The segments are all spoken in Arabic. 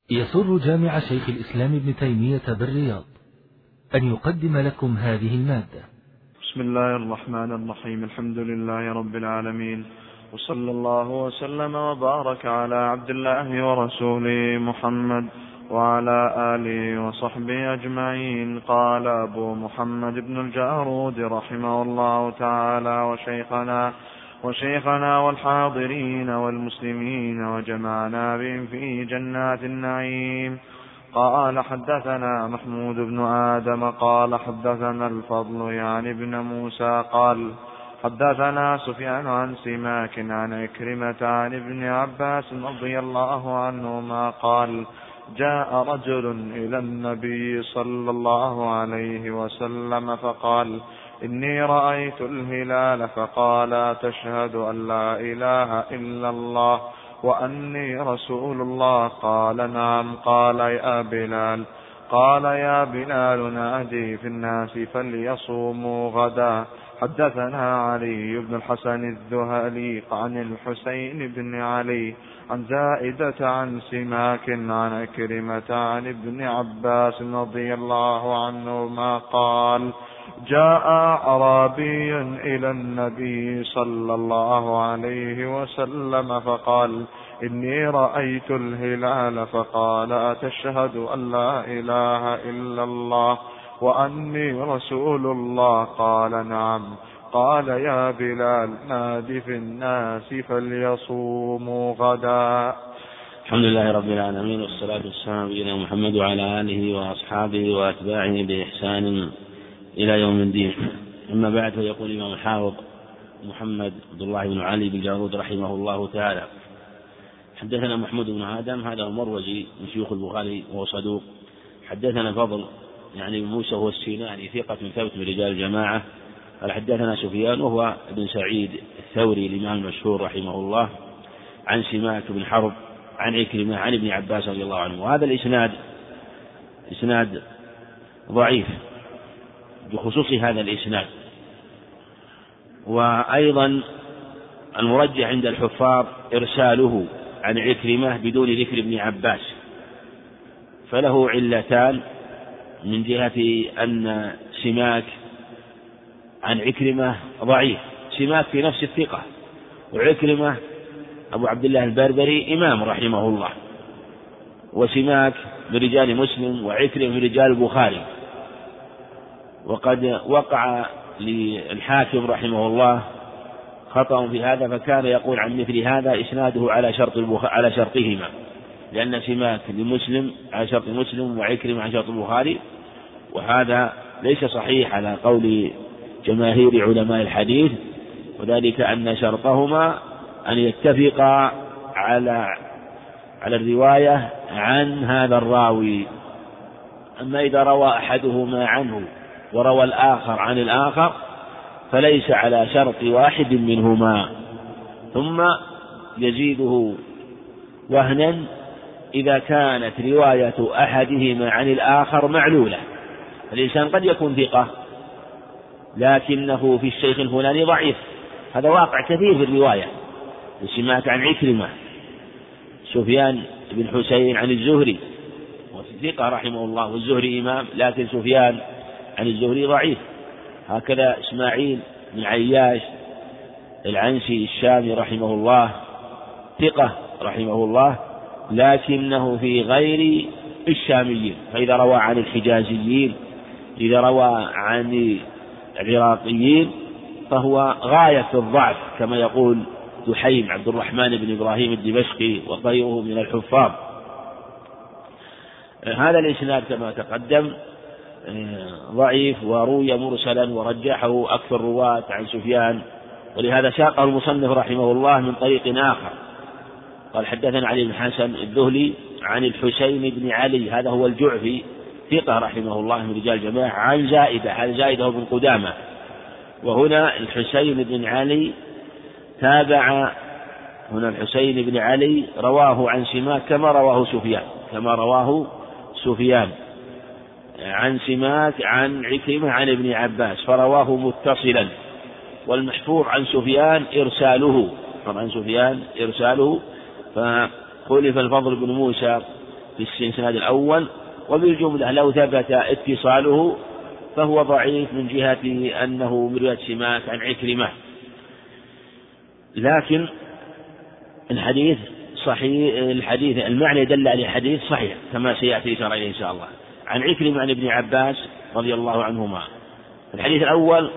يسر جامع شيخ الإسلام ابن تيمية بالرياض أن يقدم لكم هذه المادة. بسم الله الرحمن الرحيم. الحمد لله رب العالمين، وصلى الله وسلم وبارك على عبد الله ورسوله محمد وعلى آله وصحبه أجمعين. قال أبو محمد بن الجارود رحمه الله تعالى: وشيخنا والحاضرين والمسلمين وجمعنا بهم في جنات النعيم. قال: حدثنا محمود بن آدم قال حدثنا الفضل يعني ابن موسى قال حدثنا سفيان عن سماك عن عكرمة عن ابن عباس رضي الله عنهما قال: جاء رجل إلى النبي صلى الله عليه وسلم فقال: إني رأيت الهلال، فقال: تشهد أن لا إله إلا الله وأني رسول الله؟ قال: نعم. قال: يا بلال نادي في الناس فليصوموا غدا. حدثنا علي بن الحسن الذهلي عن الحسين بن علي عن زائدة عن سماك عن عكرمة عن ابن عباس رضي الله عنهما قال: جاء أعرابي إلى النبي صلى الله عليه وسلم فقال: إني رأيت الهلال، فقال: أتشهد أن لا إله إلا الله وأني رسول الله؟ قال: نعم. قال: يا بلال نادي في الناس فليصوموا غدا. الحمد لله رب العالمين، والصلاة والسلام على محمد وعلى آله وأصحابه وأتباعه بإحسان إلى يوم الدين. أما بعد، فيقول الإمام الحافظ محمد عبد الله بن علي بن جارود رحمه الله تعالى: حدثنا محمود بن آدم، هذا المروزي من شيوخ البخاري وهو صدوق. حدثنا فضل يعني موسى هو السيناني ثقة ثبت من رجال الجماعة. قال: حدثنا سفيان وهو ابن سعيد الثوري الإمام المشهور رحمه الله عن سماك بن حرب عن عكرمة عن ابن عباس رضي الله عنه. وهذا الإسناد إسناد ضعيف بخصوص هذا الإسناد. وأيضا المرجح عند الحفاظ إرساله عن عكرمة بدون ذكر ابن عباس، فله علتان: من جهة أن سماك عن عكرمة ضعيف، سماك في نفس الثقة، وعكرمة أبو عبد الله البربري إمام رحمه الله، وسماك من رجال مسلم وعكرمة من رجال البخاري. وقد وقع للحاكم رحمه الله خطأ في هذا، فكان يقول عن مثل هذا إسناده على شرطهما، لأن سماك لمسلم على شرط مسلم وعكرمة على شرط البخاري، وهذا ليس صحيح على قول جماهير علماء الحديث، وذلك أن شرطهما أن يتفقا على الرواية عن هذا الراوي. أما إذا روى أحدهما عنه وروى الآخر عن الآخر فليس على شرط واحد منهما، ثم يزيده وهنا إذا كانت رواية أحدهما عن الآخر معلولة. الإنسان قد يكون ثقة لكنه في الشيخ الفلاني ضعيف، هذا واقع كثير في الرواية. سمعت عن عكرمة سفيان بن حسين عن الزهري وثقة رحمه الله، والزهري إمام، لكن سفيان عن الزهري ضعيف. هكذا إسماعيل بن عياش العنسي الشامي رحمه الله ثقة رحمه الله، لكنه في غير الشاميين، فإذا روى عن الحجازيين، إذا روى عن العراقيين فهو غاية في الضعف، كما يقول دحيم عبد الرحمن بن إبراهيم الدمشقي وغيره من الحفاظ. هذا الإسناد كما تقدم ضعيف، وروي مرسلا ورجحه أكثر رواة عن سفيان، ولهذا ساقه المصنف رحمه الله من طريق آخر. قال: حدثنا علي بن حسن الذهلي عن الحسين بن علي، هذا هو الجعفي ثقة رحمه الله من رجال الجماعة، عن زائدة، هذا زائدة بن قدامة. وهنا الحسين بن علي تابع، هنا الحسين بن علي رواه عن سماك كما رواه سفيان عن سماك عن عكرمة عن ابن عباس، فرواه متصلا. والمحفوظ عن سفيان إرساله، فخلف الفضل بن موسى في الإسناد الأول، وبالجملة لو ثبت اتصاله فهو ضعيف من جهة أنه من رواية سماك عن عكرمة. لكن الحديث صحيح، الحديث المعنى يدل على الحديث صحيح كما سيأتي إشارة إليه إن شاء الله. عن عكرمة عن ابن عباس رضي الله عنهما. الحديث الأول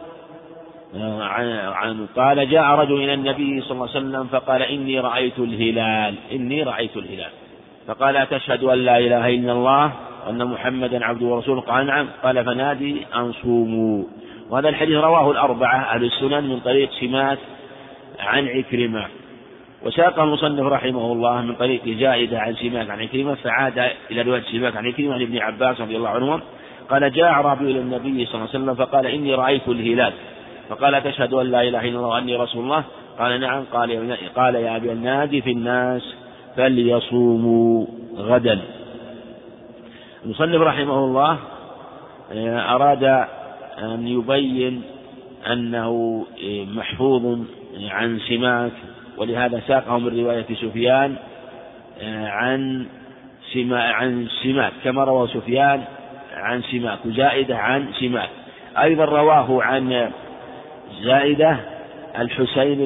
قال جاء رجل إلى النبي صلى الله عليه وسلم فقال إني رأيت الهلال، فقال أتشهد أن لا إله إلا الله وأن محمدا عبده ورسوله؟ قال نعم. قال فنادي أن صوموا. وهذا الحديث رواه الأربعة أهل السنن من طريق سماك عن عكرمة، وساق المصنف رحمه الله من طريق زائدة عن سماك عن عكرمة، فعاد إلى رواية سماك عن عكرمة عن ابن عباس رضي الله عنهما قال جاء أعرابي إلى النبي صلى الله عليه وسلم فقال إني رأيت الهلال، فقال تشهد أن لا إله إلا الله وأني رسول الله؟ قال نعم. قال يا أبي النادي في الناس فليصوموا غدا. المصنف رحمه الله أراد أن يبين أنه محفوظ عن سماك، ولهذا ساقه من رواية سفيان عن سماك كما روى سفيان عن سماك، وزائدة عن سماك. أيضا رواه عن زائدة الحسين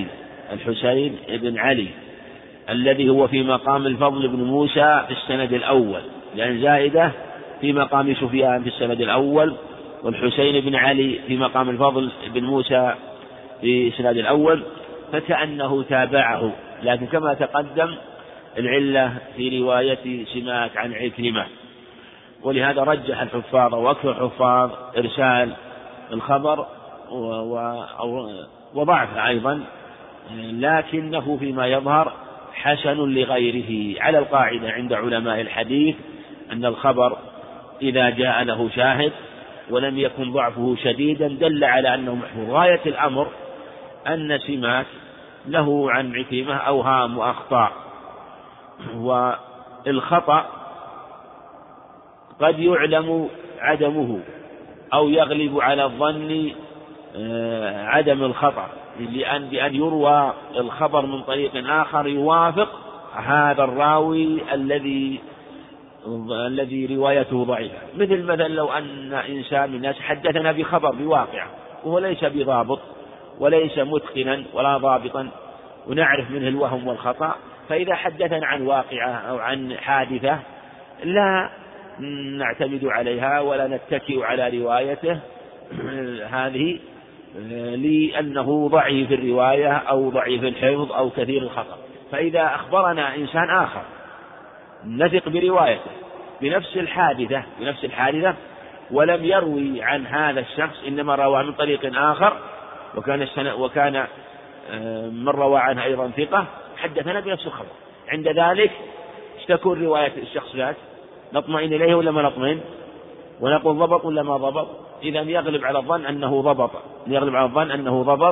بن علي الذي هو في مقام الفضل بن موسى في السند الأول، لأن زائدة في مقام سفيان في السند الأول، والحسين بن علي في مقام الفضل بن موسى في السند الأول، فكأنه تابعه. لكن كما تقدم العلة في رواية سماك عن عكرمة، ولهذا رجح الحفاظ وأكثر الحفاظ إرسال الخبر وضعفه أيضا، لكنه فيما يظهر حسن لغيره، على القاعدة عند علماء الحديث أن الخبر إذا جاء له شاهد ولم يكن ضعفه شديدا دل على أنه محفوظ. غاية الأمر أن سماك له عن عكرمة أوهام وأخطاء، والخطأ قد يعلم عدمه أو يغلب على الظن عدم الخطأ، بأن يروى الخبر من طريق آخر يوافق هذا الراوي الذي روايته ضعيفة. مثلا لو أن إنسان من الناس حدثنا بخبر بواقع وهو ليس بضابط وليس متقنا ولا ضابطا، ونعرف منه الوهم والخطأ، فإذا حدثنا عن واقعة أو عن حادثة لا نعتمد عليها ولا نتكئ على روايته هذه، لأنه ضعيف الرواية أو ضعيف الحفظ أو كثير الخطأ. فإذا أخبرنا إنسان آخر نثق بروايته بنفس الحادثة ولم يروي عن هذا الشخص، إنما روى من طريق آخر، وكان من روى عنه أيضا ثقة، حدثنا بنفس الخبر، عند ذلك تكون رواية الشخص ذات نطمئن إليه ولا ما نطمئن، ونقول ضبط ولا ما ضبط. إذا يغلب على الظن أنه ضبط،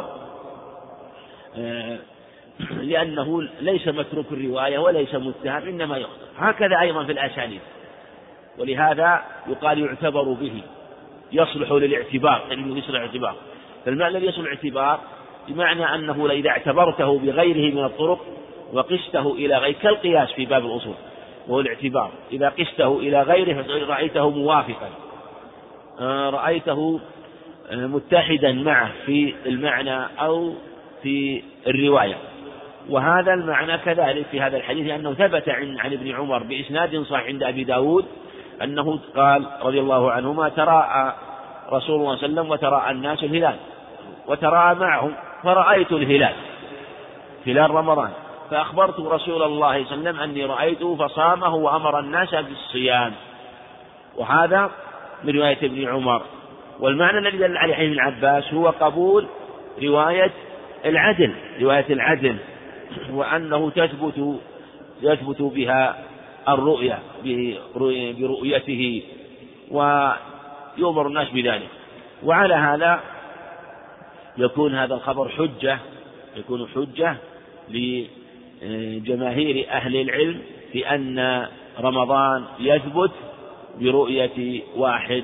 لأنه ليس متروك الرواية وليس متهم، إنما يخطئ. هكذا أيضا في الأسانيد، ولهذا يقال يعتبر به، يصلح للاعتبار، فالمعنى الذي يصلح الاعتبار بمعنى أنه إذا اعتبرته بغيره من الطرق وقسته إلى غير، كالقياس في باب الأصول وهو الاعتبار، إذا قسته إلى غيره رأيته موافقا، رأيته متحدا معه في المعنى أو في الرواية. وهذا المعنى كذلك في هذا الحديث، أنه ثبت عن ابن عمر بإسناد صحيح عند أبي داود أنه قال رضي الله عنهما تراءى رسول الله صلى الله عليه وسلم وتراءى الناس الهلال وتراءى معهم، فرأيت الهلال هلال رمضان، فأخبرت رسول الله صلى الله عليه وسلم أني رأيته فصامه وأمر الناس بالصيام. وهذا من رواية ابن عمر. والمعنى الذي دل عليه ابن عباس هو قبول رواية العدل، وأنه يثبت بها الرؤية برؤيته ويؤمر الناس بذلك. وعلى هذا يكون هذا الخبر حجة لجماهير أهل العلم في أن رمضان يثبت برؤية واحد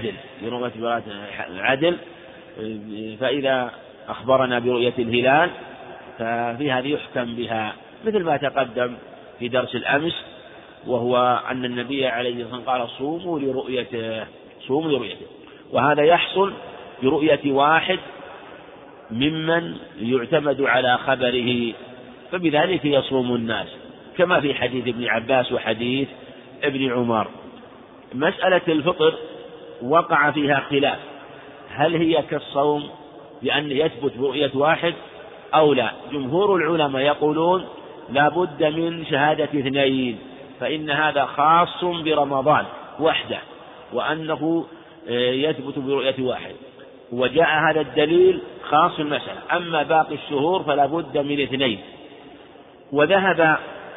عدل، فإذا أخبرنا برؤية الهلال ففي هذه يحكم بها، مثل ما تقدم في درس الأمس وهو أن النبي عليه الصلاة والسلام قال صوموا لرؤيته، صوموا لرؤيته، وهذا يحصل برؤية واحد ممن يعتمد على خبره، فبذلك يصوم الناس، كما في حديث ابن عباس وحديث ابن عمر. مسألة الفطر وقع فيها خلاف، هل هي كالصوم بأن يثبت برؤية واحد أو لا؟ جمهور العلماء يقولون لا بد من شهادة اثنين، فإن هذا خاص برمضان وحده، وأنه يثبت برؤية واحد، وجاء هذا الدليل خاص المسألة. أما باقي الشهور فلا بد من اثنين. وذهب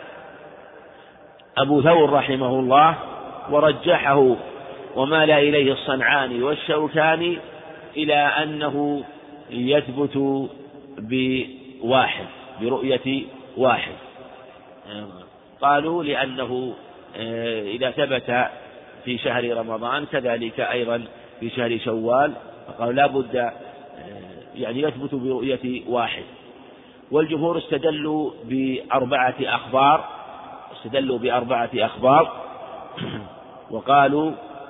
أبو ثور رحمه الله ورجحه ومال إليه الصنعاني والشوكاني إلى أنه يثبت بواحد، برؤية واحد. قالوا لأنه إذا ثبت في شهر رمضان كذلك أيضا في شهر شوال، فقالوا لا بد يعني يثبت برؤية واحد. والجمهور استدلوا بأربعة أخبار وقالوا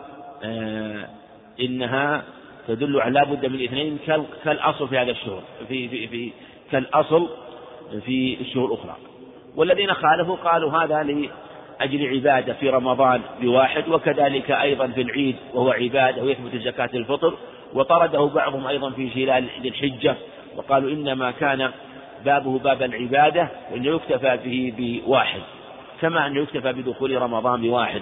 إنها تدل على لا بد من اثنين كالأصل في هذا الشهر، كالأصل في الشهور الأخرى. والذين خالفوا قالوا هذا لأجل عبادة في رمضان بواحد، وكذلك أيضا في العيد وهو عبادة ويثبت زكاة الفطر، وطرده بعضهم أيضا في هلال ذي الحجة، وقالوا إنما كان بابه باب العبادة وإنه يكتفى به بواحد، كما أنه يكتفى بدخول رمضان بواحد.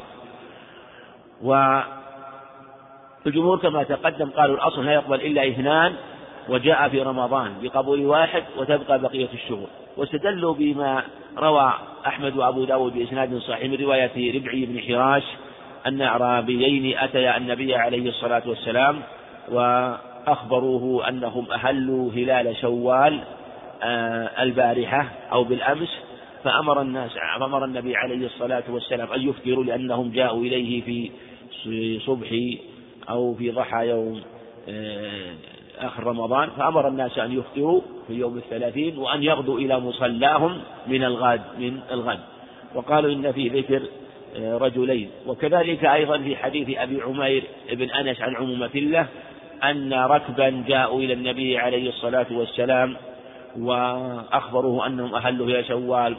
والجمهور كما تقدم قالوا الأصل لا يقبل إلا اثنان، وجاء في رمضان بقبول واحد وتبقى بقية الشهور. واستدلوا بما روى أحمد وأبو داود بإسناد صحيح من رواية ربعي بن حراش أن أعرابيين أتيا النبي عليه الصلاة والسلام وأخبروه أنهم أهلوا هلال شوال البارحة أو بالأمس، فأمر النبي عليه الصلاة والسلام أن يفطروا لأنهم جاءوا إليه في صبح أو في ضحى يوم آخر رمضان، فأمر الناس أن يفطروا في يوم 30 وأن يغدوا إلى مصلاهم من الغد. وقالوا إن في ذكر رجلين. وكذلك أيضا في حديث أبي عمير بن أنس عن عمومة الله أن ركبا جاءوا إلى النبي عليه الصلاة والسلام وأخبروه أنهم أهلوا إلى شوال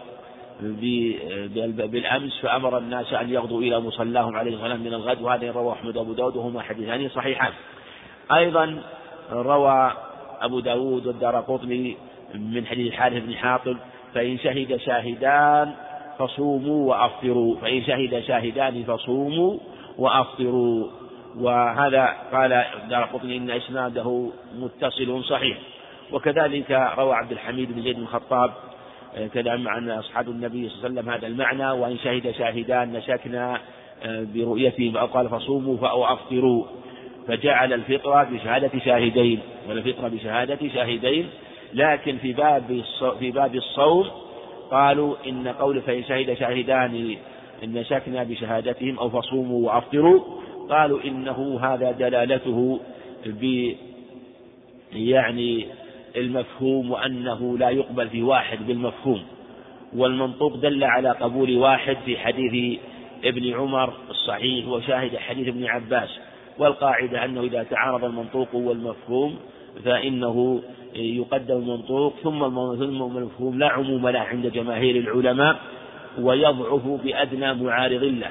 بالأمس، فأمر الناس أن يغدوا إلى مصلاهم عليه الصلاة والسلام من الغد. وهذا رواه أحمد وأبو داود وهما حديثان صحيحان. أيضا روى أبو داود والدارقطني من حديث الحارث بن حاطب فإن شهد شاهدان فصوموا وأفطروا، فإن شهد شاهدان فصوموا وأفطروا. وهذا قال الدارقطني إن إسناده متصل صحيح. وكذلك روى عبد الحميد بن زيد بن الخطاب كذا عن أصحاب النبي صلى الله عليه وسلم هذا المعنى، وإن شهد شاهدان نشكنا برؤيتهم أو قال فصوموا أو أفطروا، فجعل الفطرة بشهادة شاهدين والفطرة بشهادة شاهدين. لكن في باب الصوم قالوا إن قول فإن شهد شاهدان إن شكنا بشهادتهم أو فصوموا وأفطروا، قالوا إنه هذا دلالته يعني المفهوم، وأنه لا يقبل في واحد بالمفهوم، والمنطوق دل على قبول واحد في حديث ابن عمر الصحيح وشاهد حديث ابن عباس. والقاعدة أنه إذا تعارض المنطوق والمفهوم فإنه يقدم المنطوق ثم المفهوم لا عموم له عند جماهير العلماء، ويضعف بأدنى معارض له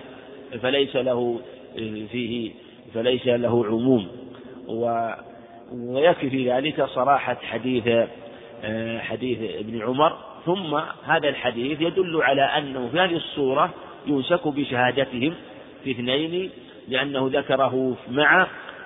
فليس له عموم. ويكفي في ذلك صراحة حديث ابن عمر. ثم هذا الحديث يدل على أنه في هذه الصورة يمسك بشهادتهم في اثنين، لأنه ذكره مع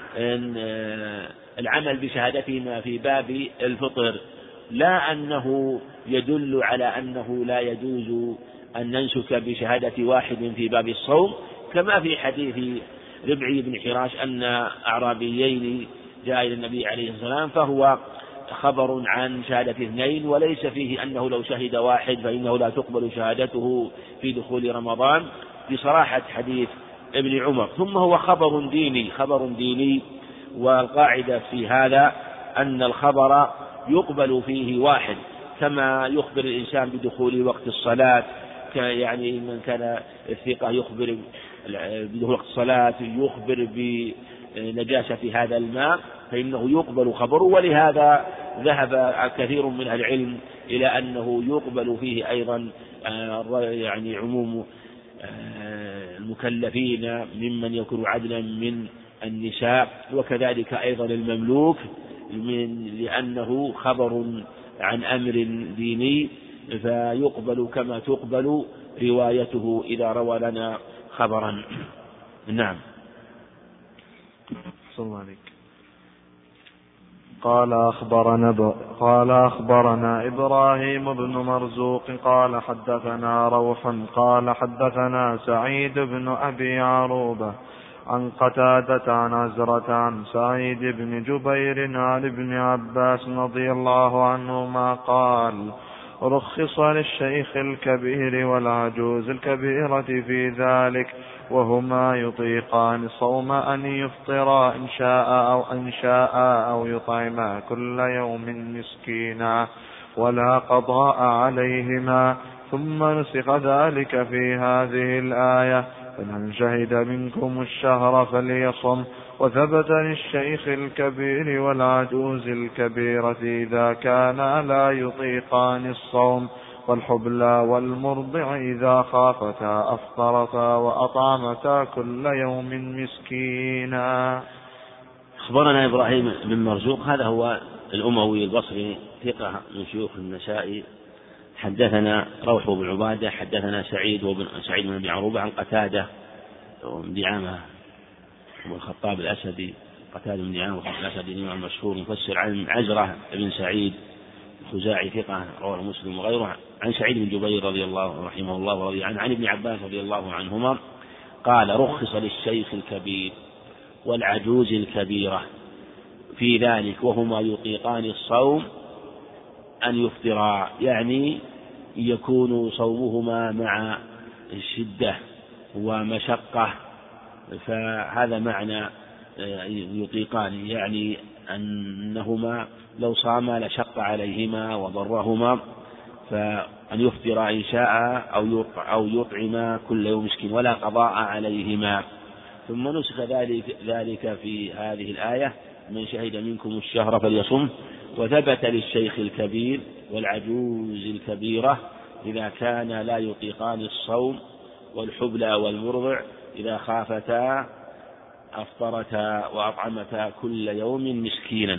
العمل بشهادتهما في باب الفطر، لا أنه يدل على أنه لا يجوز أن ننسك بشهادة واحد في باب الصوم، كما في حديث ربعي بن حراش أن أعرابيين جاء إلى النبي عليه الصلاة والسلام، فهو خبر عن شهادة اثنين، وليس فيه أنه لو شهد واحد فإنه لا تقبل شهادته في دخول رمضان بصراحة حديث ابن عمر. ثم هو خبر ديني، والقاعدة في هذا أن الخبر يقبل فيه واحد، كما يخبر الإنسان بدخول وقت الصلاة، يعني من كان الثقة يخبر بدخول وقت الصلاة، يخبر بنجاسة هذا الماء، فإنه يقبل خبره. ولهذا ذهب كثير من أهل العلم إلى أنه يقبل فيه أيضا يعني عموم المكلفين ممن يكون عدلا من النساء، وكذلك أيضا المملوك لأنه خبر عن أمر ديني، فيقبل كما تقبل روايته إذا روى لنا خبرا. نعم. قال أخبرنا إبراهيم بن مرزوق قال حدثنا روح قال حدثنا سعيد بن أبي عروبة عن قتادة عن عزرة عن سعيد بن جبير عن ابن عباس رضي الله عنهما قال: رخص للشيخ الكبير والعجوز الكبيرة في ذلك، وهما يطيقان الصوم أن يفطرا إن شاء أو يطعما كل يوم مسكينا ولا قضاء عليهما. ثم نسخ ذلك في هذه الآية: فمن شهد منكم الشهر فليصم. وثبت للشيخ الكبير والعجوز الكبيرة إذا كان لا يطيقان الصوم، والحبلى والمرضع إذا خافتا أفطرتا وأطعمتا كل يوم مسكينا. أخبرنا إبراهيم بن مرزوق، هذا هو الأموي البصري ثقة من شيوخ النسائي. حدثنا روح بن عبادة حدثنا سعيد بن أبي عروبة عن قتادة بن دعامة أبو الخطاب الأسدي، قتادة بن دعامة الأسدي الإمام المشهور مفسر، عن عزرة بن سعيد الخزاعي ثقة رواه مسلم وغيره، عن سعيد بن جبير رضي الله رحمه الله ورضي عنه عن ابن عباس رضي الله عنهما قال: رخص للشيخ الكبير والعجوز الكبيرة في ذلك وهما يطيقان الصوم أن يفطرا، يعني يكون صومهما مع الشدة ومشقة، فهذا معنى يطيقان، يعني أنهما لو صاما لشق عليهما وضرهما، فأن يفطر إن شاء أو يطعما كل يوم مسكين ولا قضاء عليهما. ثم نسخ ذلك في هذه الآية: من شهد منكم الشهر فليصم. وثبت للشيخ الكبير والعجوز الكبيرة إذا كان لا يطيقان الصوم، والحبلى والمرضع إذا خافتا أفطرتا وأطعمتا كل يوم مسكينا.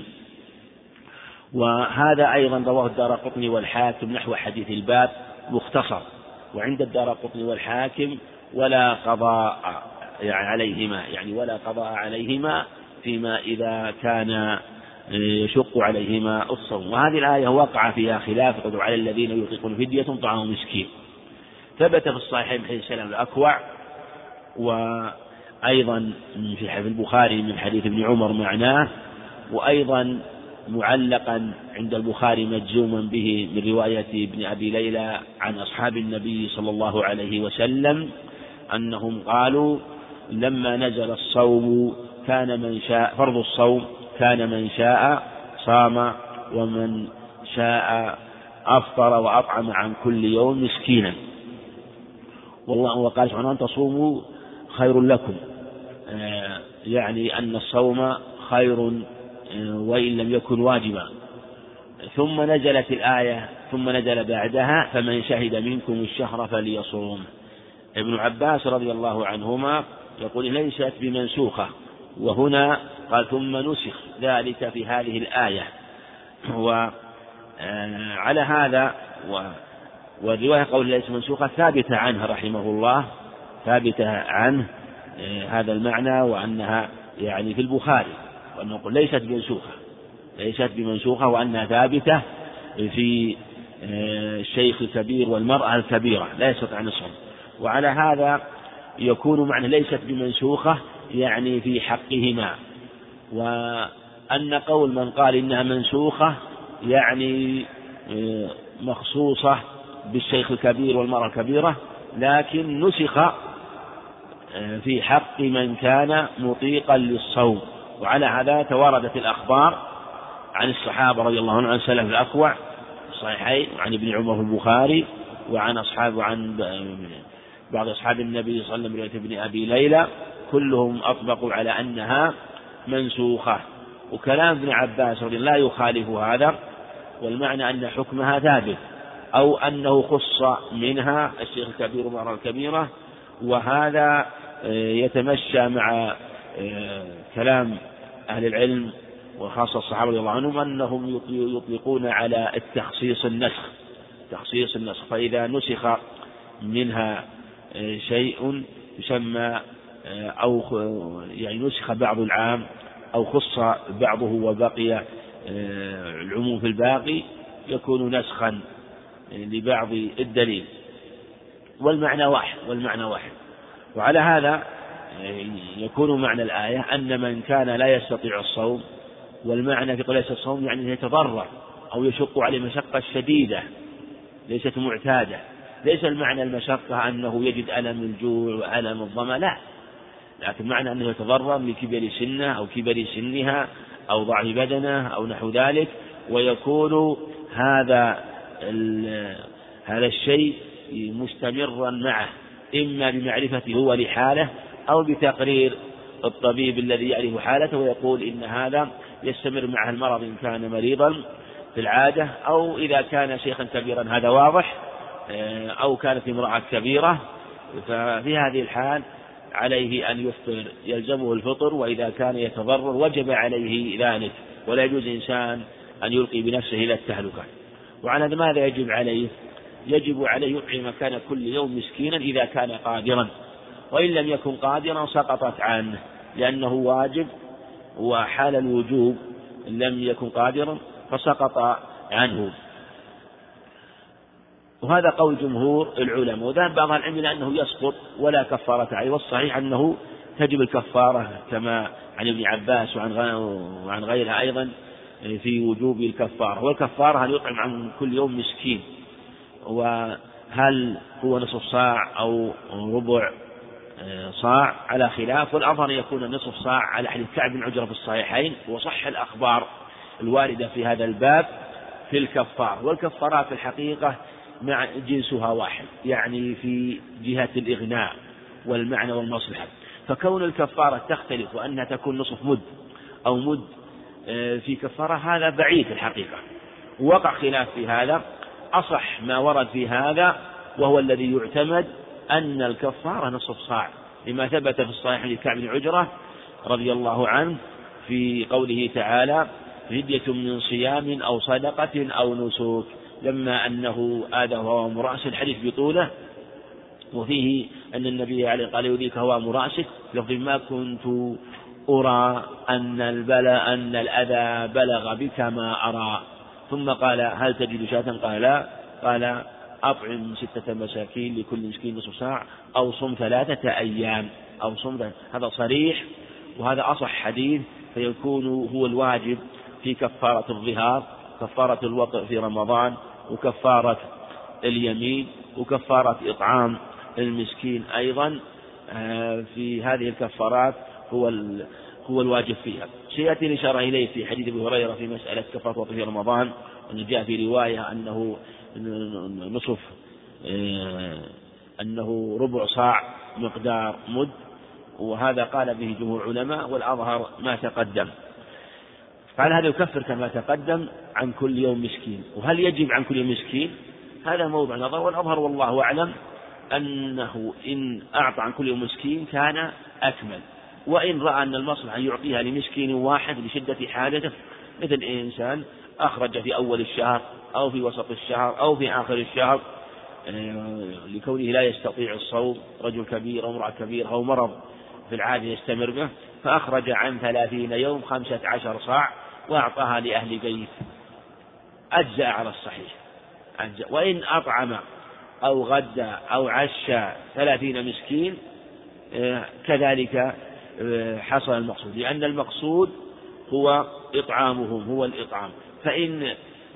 وهذا أيضا رواه الدارقطني والحاكم نحو حديث الباب مختصر، وعند الدارقطني والحاكم ولا قضاء عليهما، يعني ولا قضاء عليهما فيما إذا كان يشق عليهما الصوم. وهذه الآية وقع فيها خلاف قدر على الذين يطيقون فدية طعام مسكين. ثبت في الصحيحين من حديث سلمة الأكوع، وأيضا في البخاري من حديث ابن عمر معناه، وأيضا معلقا عند البخاري مجزوما به من رواية ابن أبي ليلى عن أصحاب النبي صلى الله عليه وسلم أنهم قالوا: لما نزل الصوم كان من شاء فرض الصوم كان من شاء صام ومن شاء أفطر وأطعم عن كل يوم مسكينا. والله وقال سبحانه: أن تصوموا خير لكم، يعني أن الصوم خير وإن لم يكن واجبا. ثم نزلت الآية ثم نزل بعدها: فمن شهد منكم الشهر فليصوم. ابن عباس رضي الله عنهما يقول: ليست بمنسوخة، وهنا قال: ثم نسخ ذلك في هذه الآية. وعلى هذا والرواية قول ليس منسوخة ثابتة عنه رحمه الله، ثابتة عنه هذا المعنى، وأنها يعني في البخاري، وأنه يقول ليست بمنسوخة وأنها ثابتة في الشيخ الكبير والمرأة الكبيرة لا يستطيع أن يصوم. وعلى هذا يكون معنى ليست بمنسوخة يعني في حقهما، وأن قول من قال إنها منسوخة يعني مخصوصة بالشيخ الكبير والمرأة الكبيرة، لكن نسخ في حق من كان مطيقا للصوم. وعلى هذا تواردت الأخبار عن الصحابة رضي الله عنهم عن سلف الأكوع الصحيحين، وعن ابن عمر في البخاري، وعن بعض أصحاب النبي صلى الله عليه وسلم رواية ابن أبي ليلى كلهم أطبقوا على أنها منسوخة. وكلام ابن عباس رضي الله لا يخالف هذا، والمعنى أن حكمها ثابت، أو أنه خص منها الشيخ الكبير والمرأة الكبيرة. وهذا يتمشى مع كلام أهل العلم وخاصة الصحابة رضي الله عنهم أنهم يطلقون على التخصيص النسخ، فإذا نسخ منها شيء يسمى أو يعني نسخ بعض العام أو خص بعضه وبقي العموم في الباقي يكون نسخا لبعض الدليل، والمعنى واحد. وعلى هذا يكون معنى الآية أن من كان لا يستطيع الصوم، والمعنى في قول ليس الصوم يعني يتضرر أو يشق عليه مشقة شديدة ليست معتادة. ليس المعنى المشقة أنه يجد ألم الجوع وألم الظمأ، لا، لكن معنى أنه يتضرر لكبر سنه أو كبر سنها أو ضعف بدنه أو نحو ذلك، ويكون هذا الشيء مستمرا معه، إما بمعرفته هو لحاله أو بتقرير الطبيب الذي يعرف حالته ويقول إن هذا يستمر معه المرض إن كان مريضا في العادة، أو إذا كان شيخا كبيرا هذا واضح، أو كانت امرأة كبيرة، ففي هذه الحال عليه أن يفطر، يلزمه الفطر، وإذا كان يتضرر وجب عليه ذلك، ولا يجوز إنسان أن يلقي بنفسه إلى التهلكة. وعلى ماذا يجب عليه؟ يجب عليه يطعم مكان كل يوم مسكينا إذا كان قادرا، وإن لم يكن قادرا سقطت عنه لأنه واجب، وحال الوجوب لم يكن قادرا فسقط عنه. وهذا قول جمهور العلماء، وذهب بعض العلم إلى أنه يسقط ولا كفارة عليه، والصحيح أنه تجب الكفارة كما عن ابن عباس وعن غيرها أيضا في وجوب الكفارة. والكفارة هل يطعم عن كل يوم مسكين، وهل هو نصف صاع أو ربع صاع على خلاف، والأظهر يكون نصف صاع على حديث كعب بن عجرة في الصحيحين، وصح الأخبار الواردة في هذا الباب في الكفار. والكفارات في الحقيقة مع جنسها واحد، يعني في جهة الإغناء والمعنى والمصلحة، فكون الكفارة تختلف وأنها تكون نصف مد أو مد في كفارة هذا بعيد في الحقيقة، ووقع خلاف في هذا. أصح ما ورد في هذا وهو الذي يعتمد أن الكفارة نصف صاع، لما ثبت في الصحيح عن كعب بن عجرة رضي الله عنه في قوله تعالى فدية من صيام أو صدقة أو نسك، لما أنه آذى هوام رأس، الحديث بطوله، وفيه أن النبي عليه قال يؤذيك هوام رأسك، لفظ ما كنت أرى أن الأذى بلغ بك ما أرى، ثم قال هل تجد شاة؟ قال لا، قال أطعم 6 مساكين لكل مسكين نصف ساع أو صم 3 أيام أو صم. هذا صريح وهذا أصح حديث، فيكون هو الواجب في كفارة الظهار، كفارة الوطء في رمضان، وكفارة اليمين، وكفارة إطعام المسكين أيضا. في هذه الكفارات هو الواجب فيها. سيأتي الإشارة إليه في حديث أبي هريرة في مسألة كفارة الوطء في رمضان، أن جاء في رواية أنه ربع صاع مقدار مد، وهذا قال به جمهور العلماء، والأظهر ما تقدم. فعلى هذا يكفر كما تقدم عن كل يوم مسكين. وهل يجب عن كل يوم مسكين؟ هذا موضع نظر، والأظهر والله أعلم أنه إن أعطى عن كل يوم مسكين كان أكمل، وإن رأى أن المصلحة أن يعطيها لمسكين واحد لشدة حاجته، مثل إنسان أخرج في أول الشهر أو في وسط الشهر أو في آخر الشهر لكونه لا يستطيع الصوم، رجل كبير أو امرأة كبيرة أو مرض في العادة يستمر به، فأخرج عن 30 يوم 15 صاع وأعطاها لأهل بيت، أجزأ على الصحيح أجزأ. وإن أطعم أو غدى أو عشى 30 مسكين كذلك حصل المقصود، لأن المقصود هو إطعامهم، هو الإطعام. فإن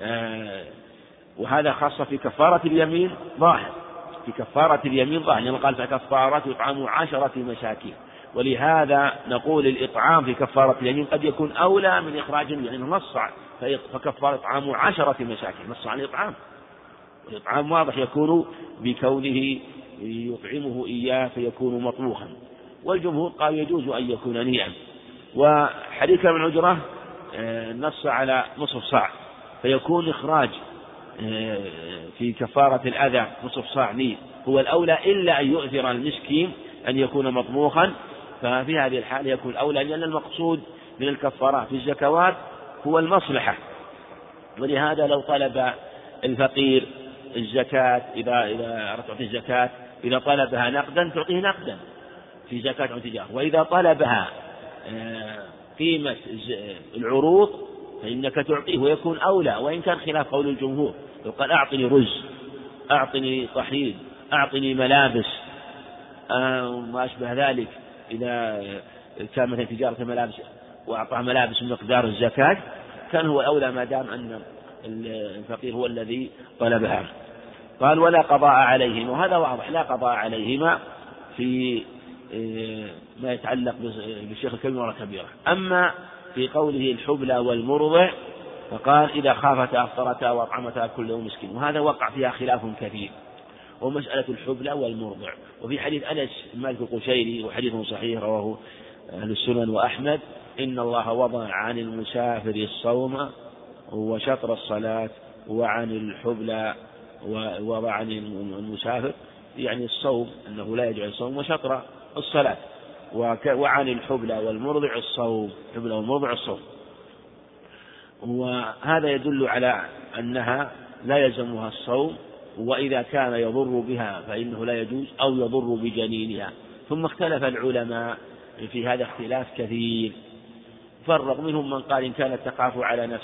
وهذا خاصة في كفارة اليمين ظاهر، في كفارة اليمين ظاهر، لأنه قال فكفارات إطعام 10 مساكين، ولهذا نقول الإطعام في كفارة اليمين قد يكون أولى من إخراج، يعني نص فكفارة إطعام 10 مساكين، نص عن الإطعام، والإطعام واضح يكون بكونه يطعمه إياه فيكون مطبوخا. والجمهور قال يجوز أن يكون نيئا. وحديث ابن عجرة نص على نصف صاع، فيكون إخراج في كفارة الأذى نصف صاع نيء هو الأولى، إلا أن يؤثر المسكين أن يكون مطبوخا، ففي هذه الحالة يكون الأولى، لأن المقصود من الكفارات في الزكوات هو المصلحة. ولهذا لو طلب الفقير الزكاة إذا أردت تعطي الزكاة، إذا طلبها نقدا تعطيه نقدا في زكاة أو تجارة، وإذا طلبها قيمة العروض فإنك تعطيه ويكون أولى، وإن كان خلاف قول الجمهور. لو قال أعطني رز، أعطني طحين، أعطني ملابس ما أشبه ذلك، إذا كان مثلا تجارة ملابس وأعطاه ملابس مقدار الزكاة كان هو أولى، ما دام أن الفقير هو الذي طلبها. قال ولا قضاء عليهم، وهذا واضح، لا قضاء عليهما في ما يتعلق بالشيخ الكبير والكبيرة. أما في قوله الحبلى والمرضع فقال إذا خافتا أفطرتا وأطعمتا كل يوم مسكين، وهذا وقع فيها خلاف كثير، ومسألة الحبلى والمرضع. وفي حديث أنس مالك القشيري وحديث صحيح رواه أهل السنن وأحمد إن الله وضع عن المسافر الصوم وشطر الصلاة وعن الحبلى ووضع عن المسافر يعني الصوم أنه لا يجعل الصوم وشطر الصلاة، وعن الحبلى والمرضع الصوم، الحبلى والمرضع الصوم. وهذا يدل على أنها لا يلزمها الصوم، وإذا كان يضر بها فإنه لا يجوز، أو يضر بجنينها. ثم اختلف العلماء في هذا اختلاف كثير، فرق منهم من قال إن كانت تخاف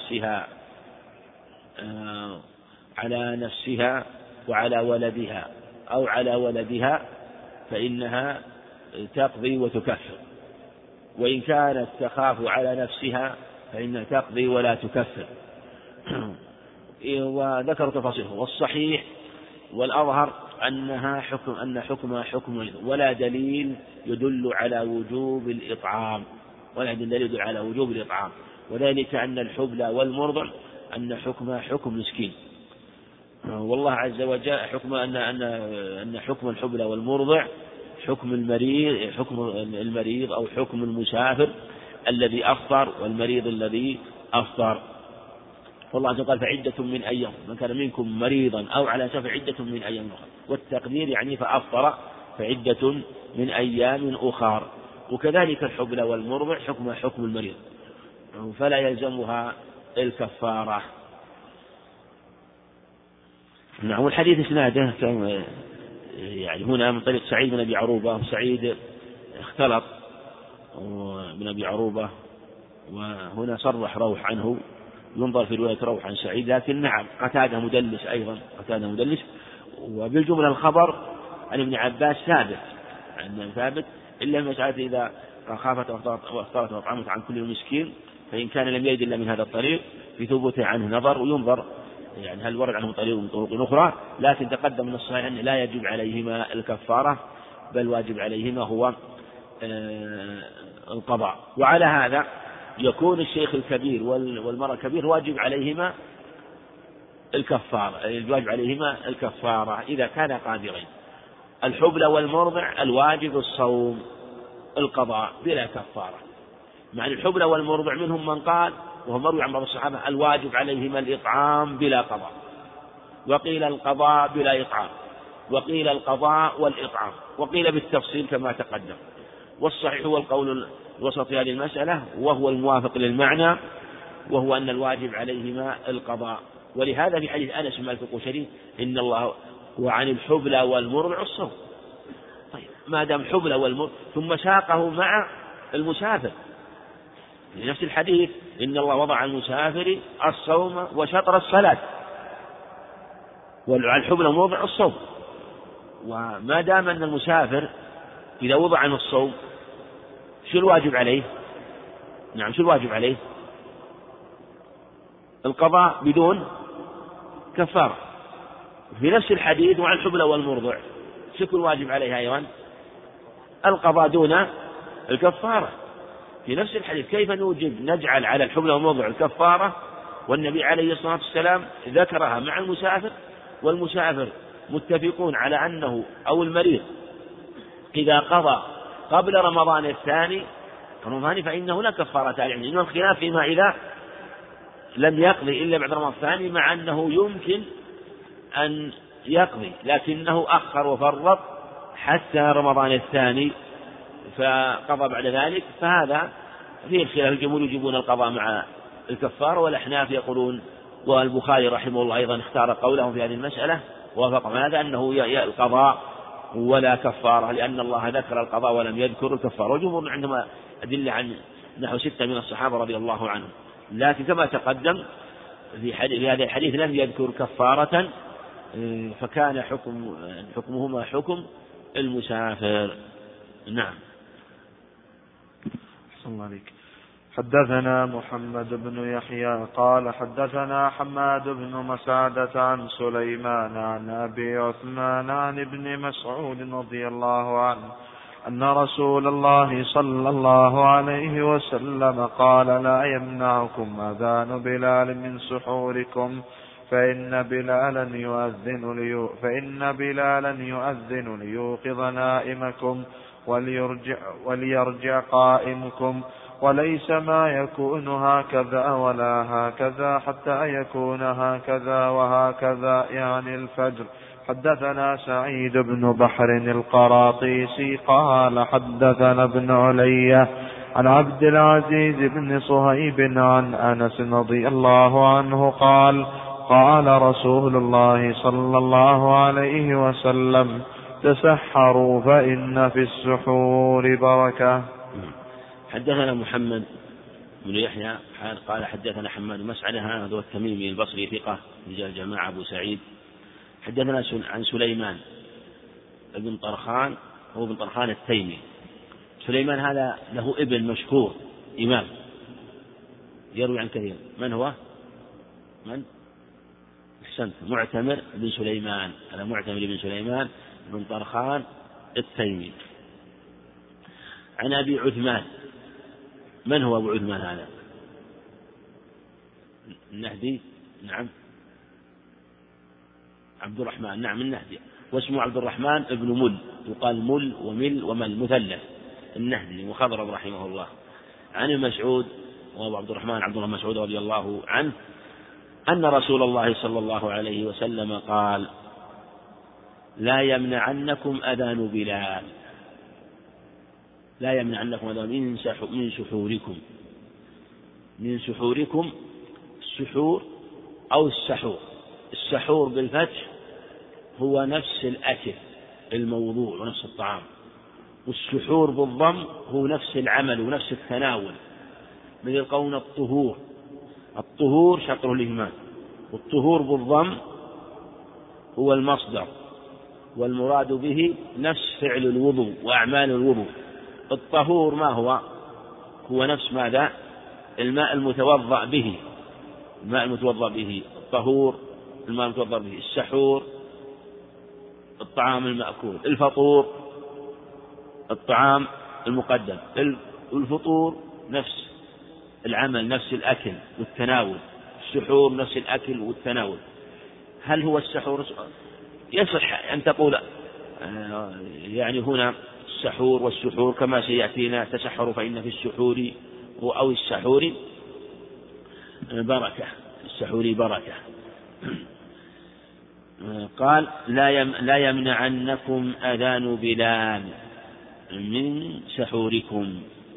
على نفسها وعلى ولدها أو على ولدها فإنها تقضي وتكفر، وإن كانت تخاف على نفسها فإنها تقضي ولا تكفر. وذكروا تفاصيله، والصحيح والأظهر أن حكمها حكم، ولا دليل يدل على وجوب الإطعام، وذلك أن الحبلى والمرضع أن حكمها حكم مسكين، والله عز وجل حكم أن حكم الحبلى والمرضع حكم المريض أو حكم المسافر الذي أفطر والمريض الذي أفطر. والله عز وجل قال فعدة من أيام، من كان منكم مريضا أو على سفر عدة من أيام أخرى، والتقدير يعني فأفطر فعدة من أيام أخر. وكذلك الحبلى والمرضع حكمها حكم المريض، فلا يلزمها الكفارة. نعم. والحديث إسناده كان يعني هنا من طريق سعيد بن أبي عروبة، سعيد اختلط بن أبي عروبة، وهنا صرح روح عنه، ينظر في رواية روح عن سعيد، لكن نعم قتادة مدلس أيضا، وبالجملة الخبر عن ابن عباس ثابت إلا مسألة إذا خافت وافترت وأطعمت عن كل مسكين، فإن كان لم يجد إلا من هذا الطريق في ثبوته عنه نظر، وينظر يعني هل ورد عنه طريق من طرق أخرى، لكن تقدم من الصحيح أن لا يجب عليهما الكفارة، بل واجب عليهما هو القضاء. وعلى هذا يكون الشيخ الكبير والمرأة الكبير واجب عليهما الكفارة إذا كان قادرين. الحبلى والمرضع الواجب الصوم، القضاء بلا كفارة. مع الحبلى والمرضع منهم من قال، وهو مروي عن بعض الصحابة، الواجب عليهما الإطعام بلا قضاء، وقيل القضاء بلا إطعام، وقيل القضاء والإطعام، وقيل بالتفصيل كما تقدم. والصحيح هو القول الوسط في هذه المسألة، وهو الموافق للمعنى، وهو أن الواجب عليهما القضاء. ولهذا في حديث أنس مالك القشيري إن الله وعن الحبلى والمرضع الصوم. طيب ما دام حبلى والمرضع ثم ساقه مع المسافر في نفس الحديث إن الله وضع عن المسافر الصوم وشطر الصلاة، وعن الحبلى والمرضع الصوم. وما دام أن المسافر إذا وضع عنه الصوم شو الواجب عليه؟ نعم شو الواجب عليه؟ القضاء بدون كفارة. في نفس الحديث وعن الحبلى والمرضع شو الواجب عليه أيضا؟ القضاء دون الكفارة. في نفس الحديث كيف نجعل على الحبلى والمرضع الكفارة والنبي عليه الصلاة والسلام ذكرها مع المسافر والمسافر متفقون على أنه أو المريض إذا قضى قبل رمضان الثاني فإنه لا كفارة عليه. إنما الخلاف فيما إذا لم يقضي إلا بعد رمضان الثاني، مع أنه يمكن أن يقضي لكنه أخر وفرط حتى رمضان الثاني فقضى بعد ذلك، فهذا فيه الخلاف. الجمهور يجيبون القضاء مع الكفارة، والأحناف يقولون، والبخاري رحمه الله أيضا اختار قولهم في هذه المسألة ووافق هذا أنه القضاء ولا كفارة، لأن الله ذكر القضاء ولم يذكر الكفارة. والجمهور عندما أدلة عن نحو 6 من الصحابة رضي الله عنهم، لكن كما تقدم في هذا الحديث لم يذكر كفارة، فكان حكمهما حكم المسافر. نعم. أحسن الله عليك. حدثنا محمد بن يحيى قال حدثنا حماد بن مسعدة عن سليمان عن أبي عثمان عن ابن مسعود رضي الله عنه أن رسول الله صلى الله عليه وسلم قال لا يمنعكم أذان بلال من سحوركم فإن بلالا يؤذن ليوقظ نائمكم وليرجع قائمكم، وليس ما يكون هكذا ولا هكذا حتى يكون هكذا وهكذا، يعني الفجر. حدثنا سعيد بن بحر القراطيسي قال حدثنا ابن علية عن عبد العزيز بن صهيب عن أنس رضي الله عنه قال قال رسول الله صلى الله عليه وسلم تسحروا فإن في السحور بركة. حدثنا محمد بن يحيى قال حدثنا حماد مسعدة هذا هو التميمي البصري ثقة رجال جماعة أبو سعيد. حدثنا عن سليمان بن طرخان، هو بن طرخان التيمي. سليمان هذا له ابن مشهور إمام يروي عن كثير. من هو؟ من؟ أحسنت، معتمر بن سليمان. هذا معتمر بن سليمان بن طرخان التيمي. عن أبي عثمان. من هو أبو عثمان هذا؟ النهدي. نعم، عبد الرحمن. نعم النهدي، واسمه عبد الرحمن ابن مل، يقال مل ومل ومل مثلث، النهدي وخضرب رحمه الله. عن المسعود وهو عبد الله مسعود رضي الله عنه أن رسول الله صلى الله عليه وسلم قال لا يمنعنكم أذان بلال، لا يمنعنكم أذان من سحوركم. من سحوركم، السحور أو السحور. السحور بالفتح هو نفس الأكل الموضوع ونفس الطعام، والسحور بالضم هو نفس العمل ونفس التناول. مثل قول الطهور، الطهور شطر الإهمال، والطهور بالضم هو المصدر، والمراد به نفس فعل الوضوء وأعمال الوضوء. الطهور ما هو نفس ماذا؟ الماء المتوضأ به، الماء المتوضأ به الطهور، الماء المتوضأ به. السحور الطعام المأكول، الفطور الطعام المقدم، الفطور نفس العمل نفس الأكل والتناول، السحور نفس الأكل والتناول. هل هو السحور؟ يصح أن تقول يعني هنا السحور والسحور كما سيأتينا تسحروا فإن في السحور أو السحور بركة، السحور بركة. قال لا يمنعنكم أذان بلال من سحوركم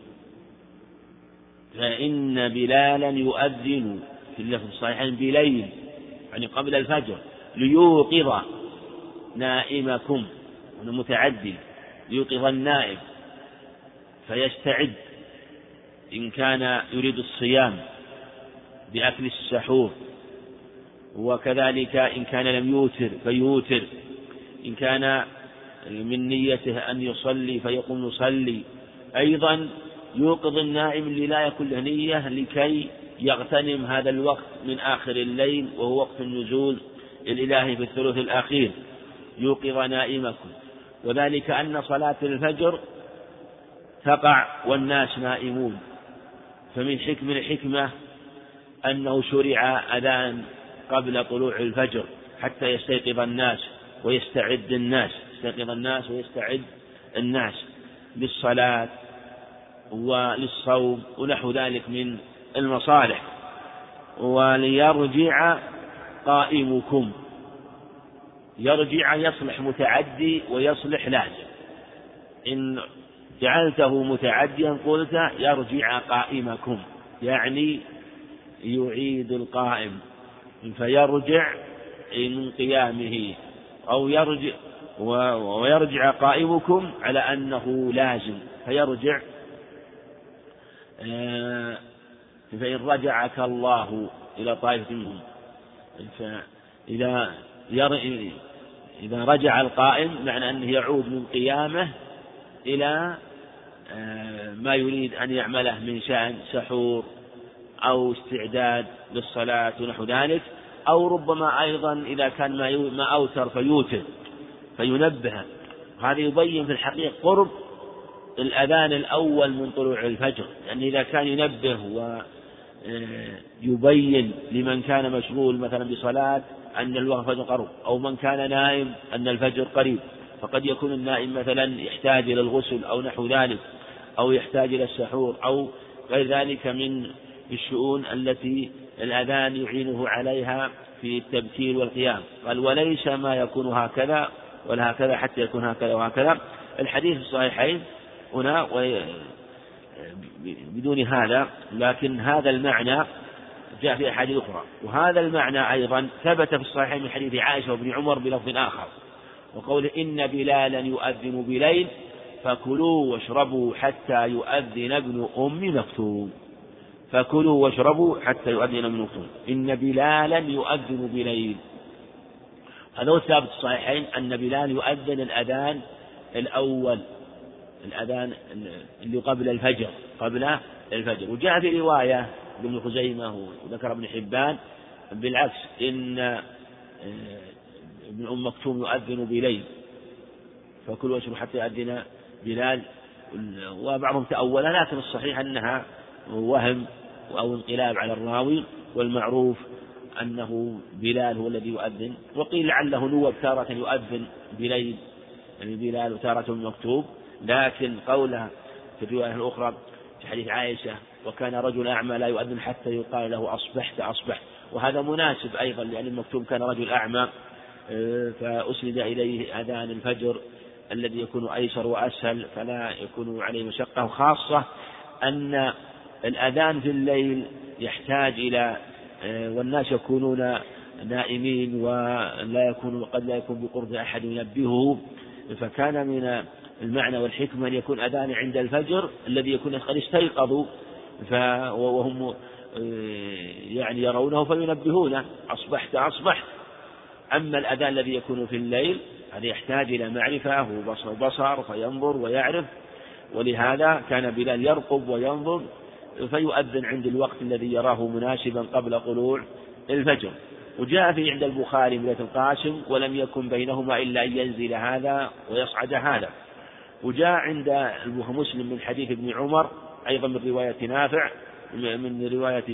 فإن بلالا يؤذن في اللفظ الصحيح بليل، يعني قبل الفجر، ليوقظ نائمكم، متعدي، ليوقظ النائم فيستعد إن كان يريد الصيام بأكل السحور، وكذلك إن كان لم يوتر فيوتر، إن كان من نيته أن يصلي فيقوم يصلي. أيضا يوقظ النائم اللي لا يكون له نية لكي يغتنم هذا الوقت من آخر الليل وهو وقت النزول الإلهي في الثلث الأخير. يوقظ نائمكم، وذلك أن صلاة الفجر تقع والناس نائمون، فمن الحكمة أنه شرع أذان قبل طلوع الفجر حتى يستيقظ الناس ويستعد الناس للصلاة وللصوم ونحو ذلك من المصالح. وليرجع قائمكم، يرجع يصلح متعدي ويصلح لازم. إن جعلته متعديا قلت يرجع قائمكم، يعني يعيد القائم، فيرجع من قيامه، أو يرجع ويرجع قائمكم على أنه لازم، فيرجع. فإن رجعك الله إلى طائفة منهم، فإذا رجع القائم معنى أنه يعود من قيامه إلى ما يريد أن يعمله من شأن سحور أو استعداد للصلاة ونحو ذلك، أو ربما أيضا إذا كان ما أوتر فيوتر فينبه. هذا يبين في الحقيقة قرب الأذان الأول من طلوع الفجر، لأن إذا كان ينبه ويبين لمن كان مشغول مثلا بصلاة أن الوقت فجر قرب، أو من كان نائم أن الفجر قريب، فقد يكون النائم مثلا يحتاج إلى الغسل أو نحو ذلك، أو يحتاج إلى السحور أو غير ذلك من الشؤون التي الأذان يعينه عليها في التبكير والقيام. قال وليس ما يكون هكذا ولا هكذا حتى يكون هكذا وهكذا. الحديث في الصحيحين هنا بدون هذا، لكن هذا المعنى جاء في أحاديث أخرى، وهذا المعنى أيضا ثبت في الصحيحين من حديث عائشة وابن عمر بلفظ آخر، وقوله إن بلالا يؤذن بليل فكلوا واشربوا حتى يؤذن ابن أم مكتوم. فكلوا واشربوا حتى يؤذن ابن مكتوم، إن بلالا يؤذن بليل. هذا هو الثابت في الصحيحين أن بلال يؤذن الأذان الأول، الأذان اللي قبل الفجر. وجاء في رواية ابن خزيمة وذكر ابن حبان بالعكس، إن ابن أم مكتوم يؤذن بليل فكلوا واشربوا حتى يؤذن بلال، وبعضهم تأولها، لكن الصحيح أنها وهم أو انقلاب على الراوي، والمعروف أنه بلال هو الذي يؤذن. وقيل لعله نوب تارة يؤذن بليل يعني بلال وتارة مكتوب، لكن قولها في الرواية الأخرى في حديث عائشة وكان رجل أعمى لا يؤذن حتى يقال له أصبحت، وهذا مناسب أيضا لأن المكتوب كان رجل أعمى، فأسند إليه أذان الفجر الذي يكون أيسر وأسهل فلا يكون عليه مشقة. وخاصة أن الأذان في الليل يحتاج إلى والناس يكونون نائمين وقد لا يكون بقرب أحد ينبهه، فكان من المعنى والحكمة أن يكون أذان عند الفجر الذي يكون قد استيقظوا وهم يعني يرونه فينبهونه أصبحت. أما الأذان الذي يكون في الليل هذا يحتاج إلى معرفة وبصر فينظر ويعرف، ولهذا كان بلال يرقب وينظر فيؤذن عند الوقت الذي يراه مناسبا قبل طلوع الفجر. وجاء في عند البخاري من رواية القاسم ولم يكن بينهما إلا أن ينزل هذا ويصعد هذا. وجاء عند مسلم من حديث ابن عمر أيضا من رواية نافع من رواية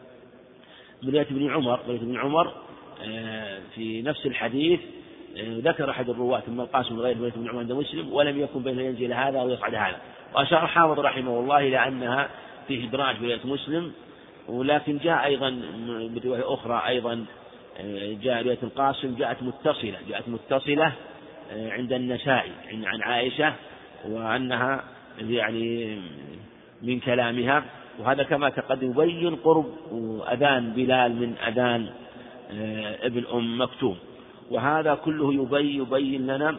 ابن عمر في نفس الحديث ذكر أحد الرواة من القاسم غير رواية ابن عمر عند مسلم ولم يكن بين ينزل هذا ويصعد هذا. وأشار حافظ رحمه الله إلى أنها فيه إدراج برواية مسلم، ولكن جاء أيضا برواية أخرى أيضا جاء رواية القاسم جاءت متصلة عند النسائي عن عائشة، وأنها يعني من كلامها، وهذا كما تقدم يبين قرب أذان بلال من أذان ابن أم مكتوم. وهذا كله يبين لنا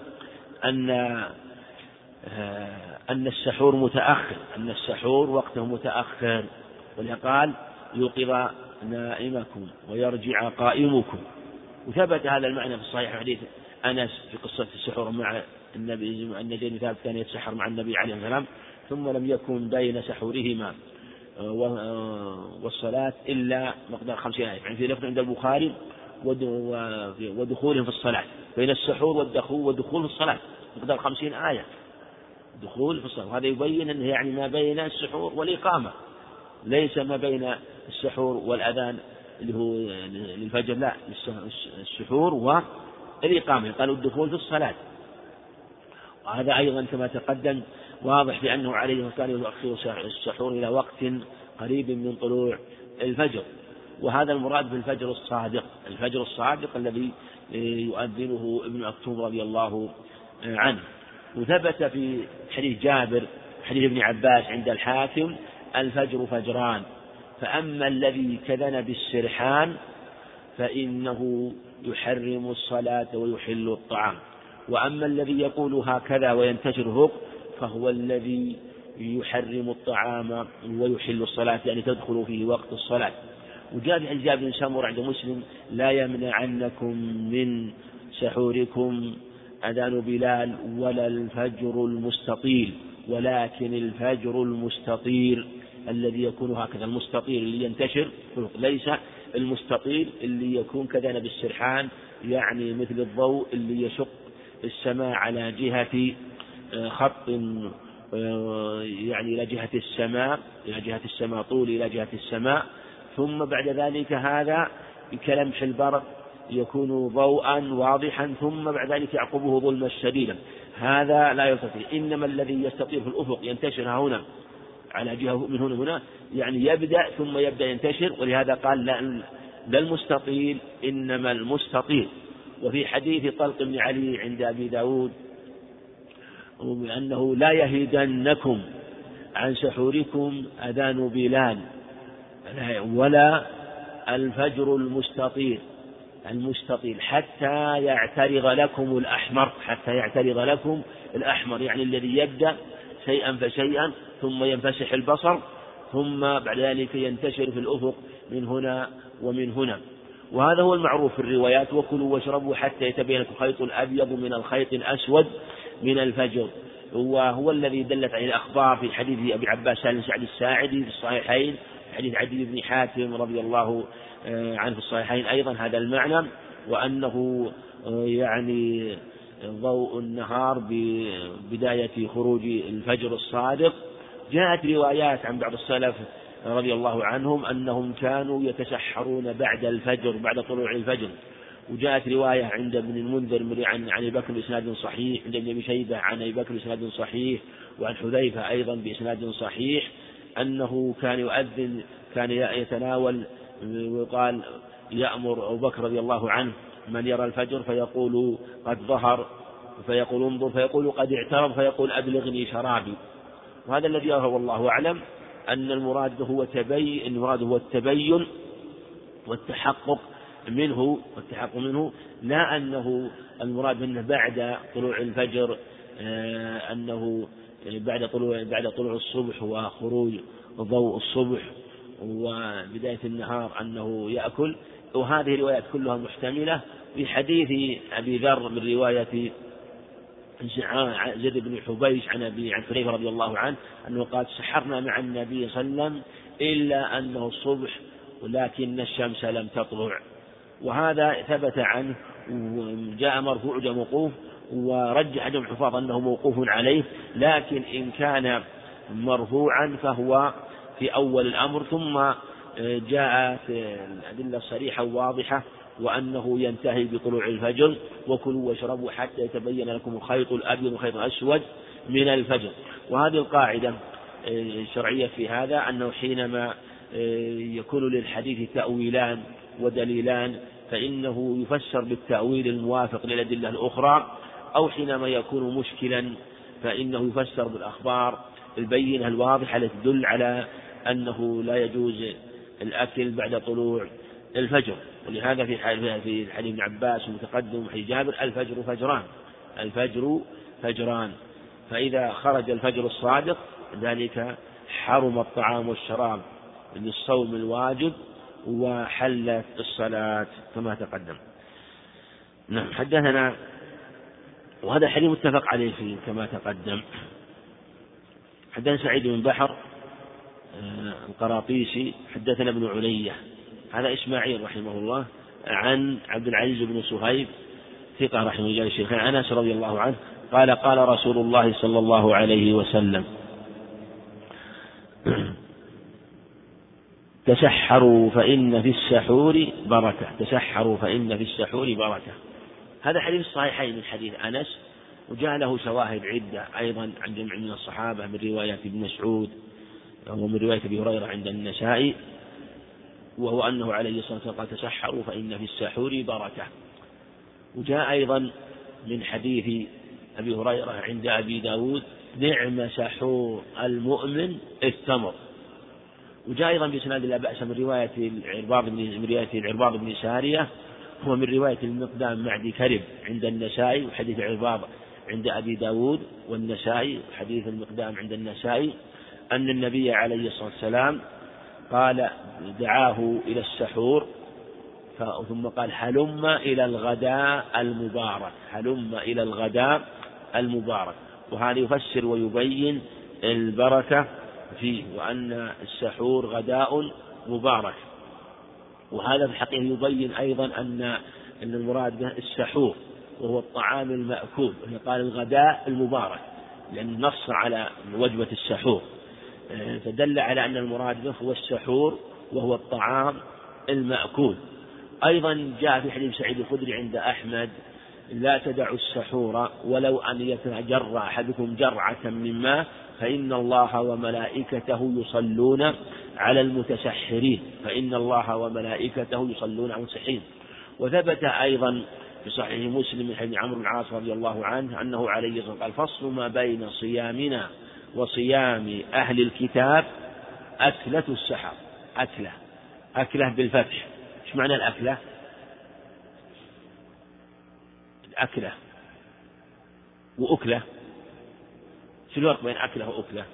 أن السحور متأخر، أن السحور وقته متأخر، ولقال يوقظ نائمكم ويرجع قائمكم. وثبت هذا المعنى في الصحيح حديث أنس في قصة السحور مع النبي أن زيد بن ثابت كان يتسحر مع النبي عليه السلام ثم لم يكن بين سحورهما والصلاة إلا مقدار 50 آية، يعني في لفظ عند البخاري ودخولهم في الصلاة، بين السحور والدخول في الصلاة مقدار 50 آية دخول في الصلاة. وهذا يبين أنه يعني ما بين السحور والإقامة، ليس ما بين السحور والأذان اللي هو للفجر لا السحور والإقامة، قالوا الدخول في الصلاة. وهذا أيضا كما تقدم واضح بأنه عليه كان يؤخر السحور إلى وقت قريب من طلوع الفجر، وهذا المراد بالفجر الصادق، الفجر الصادق الذي يؤذنه ابن مكتوم رضي الله عنه. وثبت في حديث جابر حديث ابن عباس عند الحاكم الفجر فجران، فأما الذي كذن بالسرحان فإنه يحرم الصلاة ويحل الطعام، وأما الذي يقول هكذا وينتشر فوق فهو الذي يحرم الطعام ويحل الصلاة، يعني تدخل فيه وقت الصلاة. وجاء في حديث بن سمر عند مسلم لا يمنعنكم من سحوركم أذان بلال ولا الفجر المستطيل، ولكن الفجر المستطير الذي يكون هكذا، المستطيل اللي ينتشر ليس المستطيل اللي يكون كذا بالسرحان، يعني مثل الضوء اللي يشق السماء على جهة خط، يعني إلى جهة السماء، إلى جهة السماء طول إلى جهة السماء، ثم بعد ذلك هذا كلمح البرق يكون ضوءا واضحا، ثم بعد ذلك يعقبه ظلما شديدا، هذا لا يستطيع. إنما الذي يستطيع في الأفق ينتشر هنا على جهة من هنا يعني يبدأ ثم يبدأ ينتشر، ولهذا قال لا المستطيل إنما المستطيل. وفي حديث طلق بن علي عند أبي داود أنه لا يهدنكم عن سحوركم أذان بلال ولا الفجر المستطيل حتى يعترض لكم الأحمر، حتى يعترض لكم الأحمر، يعني الذي يبدأ شيئا فشيئا ثم ينفسح البصر ثم بعد ذلك ينتشر في الأفق من هنا ومن هنا. وهذا هو المعروف في الروايات: وكلوا واشربوا حتى يتبين لكم الخيط الأبيض من الخيط الأسود من الفجر. وهو الذي دلت عليه الأخبار في حديث أبي عباس سعد الساعدي في الصحيحين، حديث عدي بن حاتم رضي الله عنه في الصحيحين أيضا هذا المعنى، وأنه يعني ضوء النهار ببداية خروج الفجر الصادق. جاءت روايات عن بعض السلف رضي الله عنهم أنهم كانوا يتسحرون بعد الفجر، بعد طلوع الفجر. وجاءت رواية عند ابن المنذر عن أبي بكر بإسناد صحيح، عند ابن أبي شيبة عن أبي بكر بإسناد صحيح، وعن حذيفة أيضا بإسناد صحيح أنه كان يؤذن، كان يتناول وقال يأمر أبو بكر رضي الله عنه من يرى الفجر فيقول قد ظهر، فيقول انظر، فيقول قد اعترض، فيقول أبلغني شرابي. وهذا الذي يرى والله أعلم أن المراد هو التبين والتحقق منه، لا أنه المراد منه بعد طلوع الفجر، أنه بعد طلوع الصبح وخروج ضوء الصبح وبداية النهار أنه يأكل. وهذه الروايات كلها محتملة. في حديث أبي ذر من رواية زيد بن حبيش عن حذيفة رضي الله عنه أنه قال سحرنا مع النبي صلى الله عليه وسلم إلا أنه الصبح ولكن الشمس لم تطلع. وهذا ثبت عنه، جاء مرفوع جاء موقوف، ورجح جمع الحفاظ أنه موقوف عليه، لكن إن كان مرفوعا فهو في أول الأمر، ثم جاءت الأدلة الصريحة واضحة وأنه ينتهي بطلوع الفجر: وكلوا واشربوا حتى يتبين لكم الخيط الأبيض والخيط الأسود من الفجر. وهذه القاعدة الشرعية في هذا أنه حينما يكون للحديث تأويلان ودليلان فإنه يفسر بالتأويل الموافق للأدلة الأخرى، أو حينما يكون مشكلا فإنه يفسر بالأخبار البينة الواضحة التي تدل على أنه لا يجوز الأكل بعد طلوع الفجر. ولهذا في حديث ابن عباس المتقدم حديث جابر: الفجر فجران، فإذا خرج الفجر الصادق ذلك حرم الطعام والشراب للصوم الواجب وحلت الصلاة كما تقدم. نعم. حدثنا، وهذا حديث متفق عليه فيه كما تقدم. حدثنا سعيد بن بحر القراطيسي حدثنا ابن علية، هذا إسماعيل رحمه الله، عن عبد العزيز بن صهيب ثقة رحمه الله الشيخين، عن أنس رضي الله عنه قال: قال رسول الله صلى الله عليه وسلم: تسحروا فإن في السحور بركة، تسحروا فإن في السحور بركة. هذا حديث الصحيحين من حديث أنس، وجاء له شواهد عدة أيضا عن جمع من الصحابة من رواية ابن مسعود ومن رواية أبي هريرة عند النسائي، وهو أنه عليه الصلاة والسلام قال تسحروا فإن في السحور بركة. وجاء أيضا من حديث أبي هريرة عند أبي داود نعم سحور المؤمن التمر. وجاء أيضا بإسناد لا بأس من رواية العرباض بن سارية، هو من رواية المقدام معدي كرب عند النسائي، وحديث العرباض عند أبي داود والنسائي، وحديث المقدام عند النسائي، أن النبي عليه الصلاة والسلام قال دعاه إلى السحور ثم قال هلم إلى الغداء المبارك، هلم إلى الغداء المبارك. وهذا يفسر ويبين البركة فيه، وأن السحور غداء مبارك. وهذا في الحقيقة يبين أيضا أن المراد به السحور وهو الطعام المأكول، وهي قال الغداء المبارك لأن نص على وجبة السحور، فدل على أن المراد به هو السحور وهو الطعام المأكول. أيضا جاء في حديث سعيد الخدري عند أحمد لا تدعوا السحور ولو أن يتجرع أحدكم جرعة من ماء فإن الله وملائكته يصلون على المتسحرين، فإن الله وملائكته يصلون على المتسحرين. وثبت أيضا في صحيح مسلم من حديث عمرو بن العاص رضي الله عنه أنه عليه الصلاة والسلام قال فصل ما بين صيامنا وصيام أهل الكتاب أكلة السحر. أكلة بالفتح. إيش معنى الأكلة؟ الأكلة وأكلة، شو الفرق بين أكلة وأكلة؟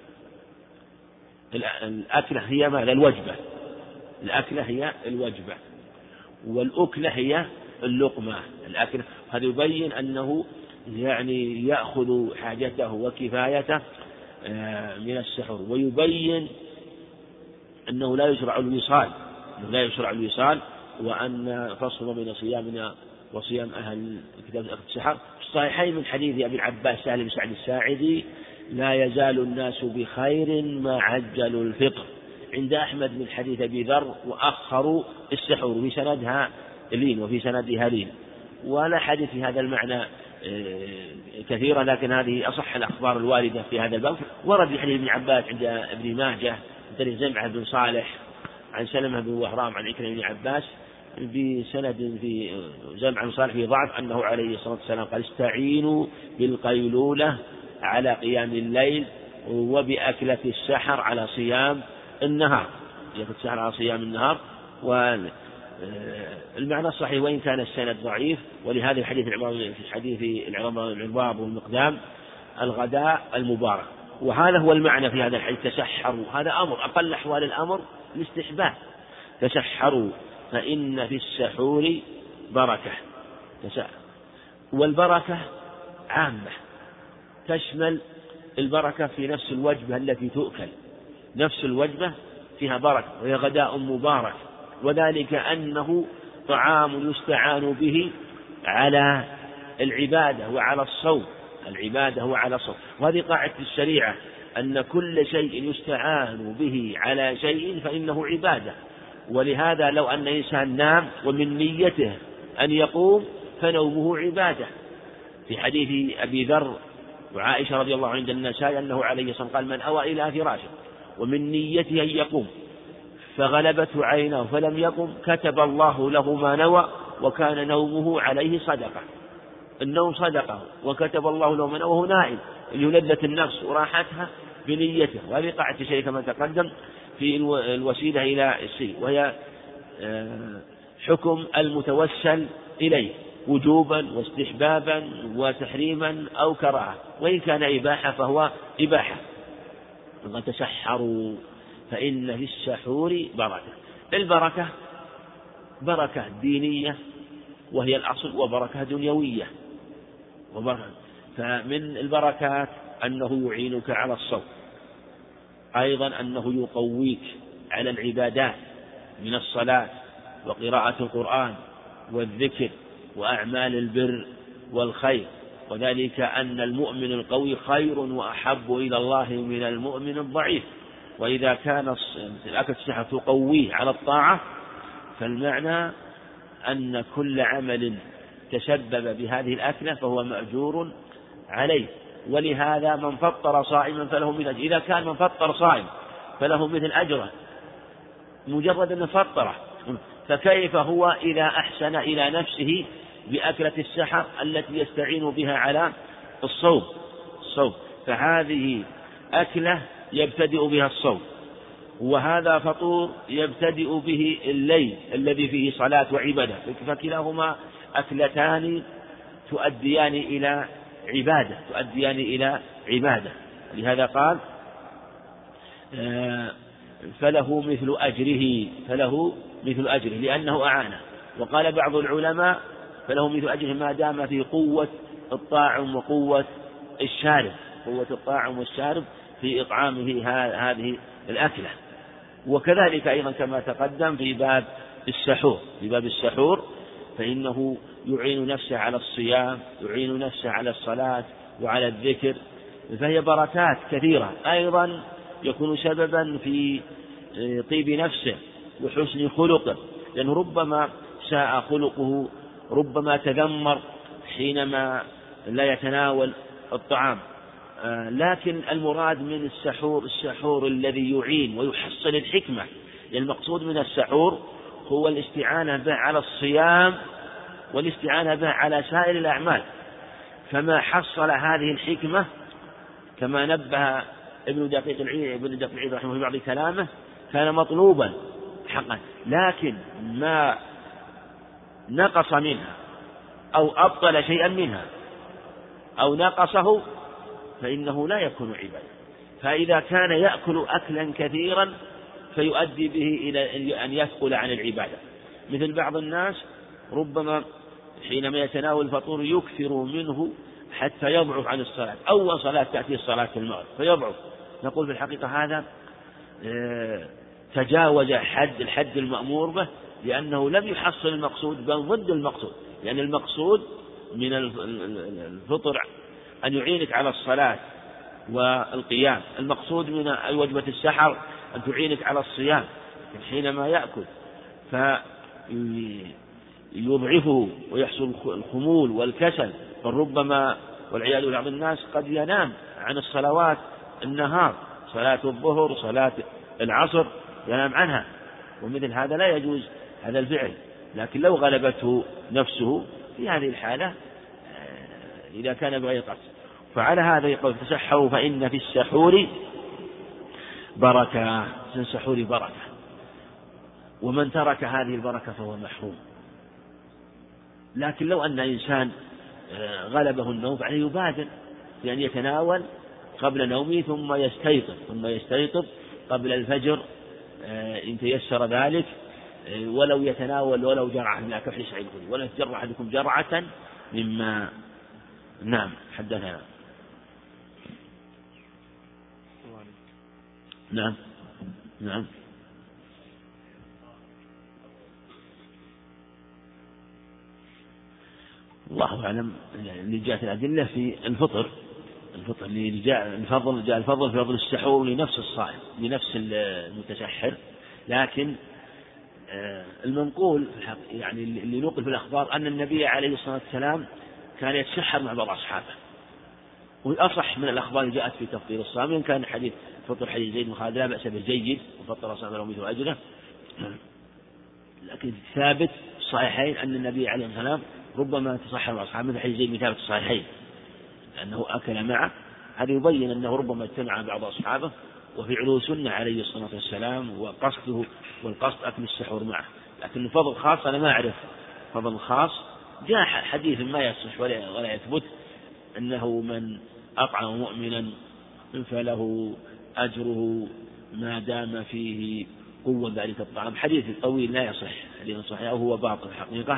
الأكلة هي ماذا؟ الوجبة. الأكلة هي الوجبة، والأكلة هي اللقمة. الأكلة هذا يبين أنه يعني يأخذ حاجته وكفايته من السحور، ويبين أنه لا يشرع الوصال، وأن فصل بين صيامنا وصيام أهل الكتاب أكلة السحر. في الصحيحين من حديث أبي العباس سهل بن سعد الساعدي لا يزال الناس بخير ما عجلوا الفطر. عند أحمد من حديث أبي ذر وأخروا السحور، في سندها لين وفي سندها لين، ولا حديث في هذا المعنى كثيرا، لكن هذه أصح الأخبار الواردة في هذا الباب. ورد في حديث ابن عباس عند ابن ماجه عن زمعة بن صالح عن سلمة بن وهرام عن عكرمة بن عباس بسند في زمعة بن صالح في ضعف، أنه عليه الصلاة والسلام قال استعينوا بالقيلولة على قيام الليل وبأكلة السحر على صيام النهار، أكلة السحر على صيام النهار. والمعنى الصحيح وإن كان السند ضعيف، ولهذا الحديث في حديث العرباض والمقدام الغداء المبارك. وهذا هو المعنى في هذا الحديث تسحروا، هذا أمر أقل أحوال الأمر الاستحباب، تسحروا فإن في السحور بركة. والبركة عامة تشمل البركة في نفس الوجبة التي تؤكل، نفس الوجبة فيها بركة وهي غداء مبارك، وذلك أنه طعام يستعان به على العبادة وعلى الصوم، العبادة وعلى الصوم. وهذه قاعدة الشريعة أن كل شيء يستعان به على شيء فإنه عبادة. ولهذا لو أن إنسان نام ومن نيته أن يقوم فنومه عبادة. في حديث أبي ذر وعائشة رضي الله عند النسائي أنه عليه الصلاة والسلام قال من أوى إلى فراشه ومن نيته أن يقوم فغلبته عيناه فلم يقم كتب الله له ما نوى وكان نومه عليه صدقة. النوم صدقة، وكتب الله له ما نوى وهو نائم ليلذة النفس وراحتها بنيته. وهذه قاعدة شيء كما تقدم في الوسيلة إلى الشيء، وهي حكم المتوسل إليه وجوبا واستحبابا وتحريما أو كراهة، وإن كان إباحة فهو إباحة. وتسحروا فإن في السحور بركة. البركة بركة دينية وهي الأصل، وبركة دنيوية. فمن البركات أنه يعينك على الصوم، أيضا أنه يقويك على العبادات من الصلاة وقراءة القرآن والذكر وأعمال البر والخير، وذلك أن المؤمن القوي خير وأحب إلى الله من المؤمن الضعيف. وإذا كان الأكل السحر تقويه على الطاعة، فالمعنى أن كل عمل تسبب بهذه الأكلة فهو مأجور عليه. ولهذا من فطر صائما فله مثل أجر. إذا كان من فطر صائم فله مثل أجره مجرد أن فطره، فكيف هو إذا أحسن إلى نفسه بأكلة السحر التي يستعين بها على الصوم؟ فهذه أكلة يبتدئ بها الصوم، وهذا فطور يبتدئ به الليل الذي فيه صلاة وعبادة، فكلاهما أكلتان تؤديان إلى عبادة. لهذا قال فله مثل أجره لأنه أعانه. وقال بعض العلماء فله مثل أجره ما دام في قوة الطاعم وقوة الطاعم والشارب في إطعامه هذه الأكلة. وكذلك أيضا كما تقدم في باب السحور فإنه يعين نفسه على الصيام، يعين نفسه على الصلاة وعلى الذكر، فهي بركات كثيرة. أيضا يكون سببا في طيب نفسه وحسن خلقه، لأنه ربما ساء خلقه، ربما تذمر حينما لا يتناول الطعام. لكن المراد من السحور الذي يعين ويحصل الحكمة، لأن المقصود من السحور هو الاستعانة به على الصيام والاستعانة به على سائر الأعمال. فما حصل هذه الحكمة كما نبه ابن دقيق العيد رحمه في بعض كلامه كان مطلوبا حقا، لكن ما نقص منها أو أبطل شيئا منها أو نقصه فإنه لا يكون عبادة. فإذا كان يأكل أكلا كثيرا فيؤدي به إلى أن يثقل عن العبادة، مثل بعض الناس ربما حينما يتناول الفطور يكثر منه حتى يضعف عن الصلاة، أول صلاة تأتي صلاة المغرب فيضعف. نقول في الحقيقة هذا تجاوز الحد المأمور به، لأنه لم يحصل المقصود بل ضد المقصود. لأن المقصود من الفطر أن يعينك على الصلاة والقيام، المقصود من وجبة السحر أن تعينك على الصيام. حينما يأكل فيضعفه ويحصل الخمول والكسل، فربما والعياذ بالله بعض الناس قد ينام عن الصلوات النهار، صلاة الظهر صلاة العصر ينام عنها، ومثل هذا لا يجوز هذا الفعل. لكن لو غلبته نفسه في هذه الحالة إذا كان بغير قصد، فعلى هذا يقول تسحروا فإن في السحور بركة، ومن ترك هذه البركة فهو محروم. لكن لو أن إنسان غلبه النوم فعليه يبادر بأن يتناول قبل نومه ثم يستيقظ قبل الفجر إن تيسر ذلك، ولو يتناول ولو جرعة من كحل سعيد ولا يتجرع أحدكم جرعة مما. نعم حدثنا. نعم الله أعلم. اللي جاءت الأدلة في الفطر اللي جاء الفضل في فضل السحور لنفس الصائم لنفس المتسحر. لكن المنقول يعني اللي نقل في الأخبار أن النبي عليه الصلاة والسلام كان يتسحر مع بعض أصحابه، والأصح من الأخبار اللي جاءت في تفضيل الصائم كان حديث فطر حديث زيد بن خالد لا بأس به جيد وفطر صائم له مثل أجره. لكن ثابت الصحيحين أن النبي عليه الصلاة والسلام ربما تسحر مع أصحابه مثل حديث زيد بن ثابت الصحيحين أنه أكل معه. هذا يبين أنه ربما اجتمع بعض أصحابه وفعله سنة عليه الصلاة والسلام، وقصده والقصد أكل السحور معه. لكن الفضل الخاص أنا ما أعرف فضل خاص. جاء حديث ما يصح ولا يثبت أنه من أطعم مؤمنا فله أجره ما دام فيه قوة ذلك الطعام. حديث طويل لا يصح، حديث صحيح وهو باطل الحقيقة.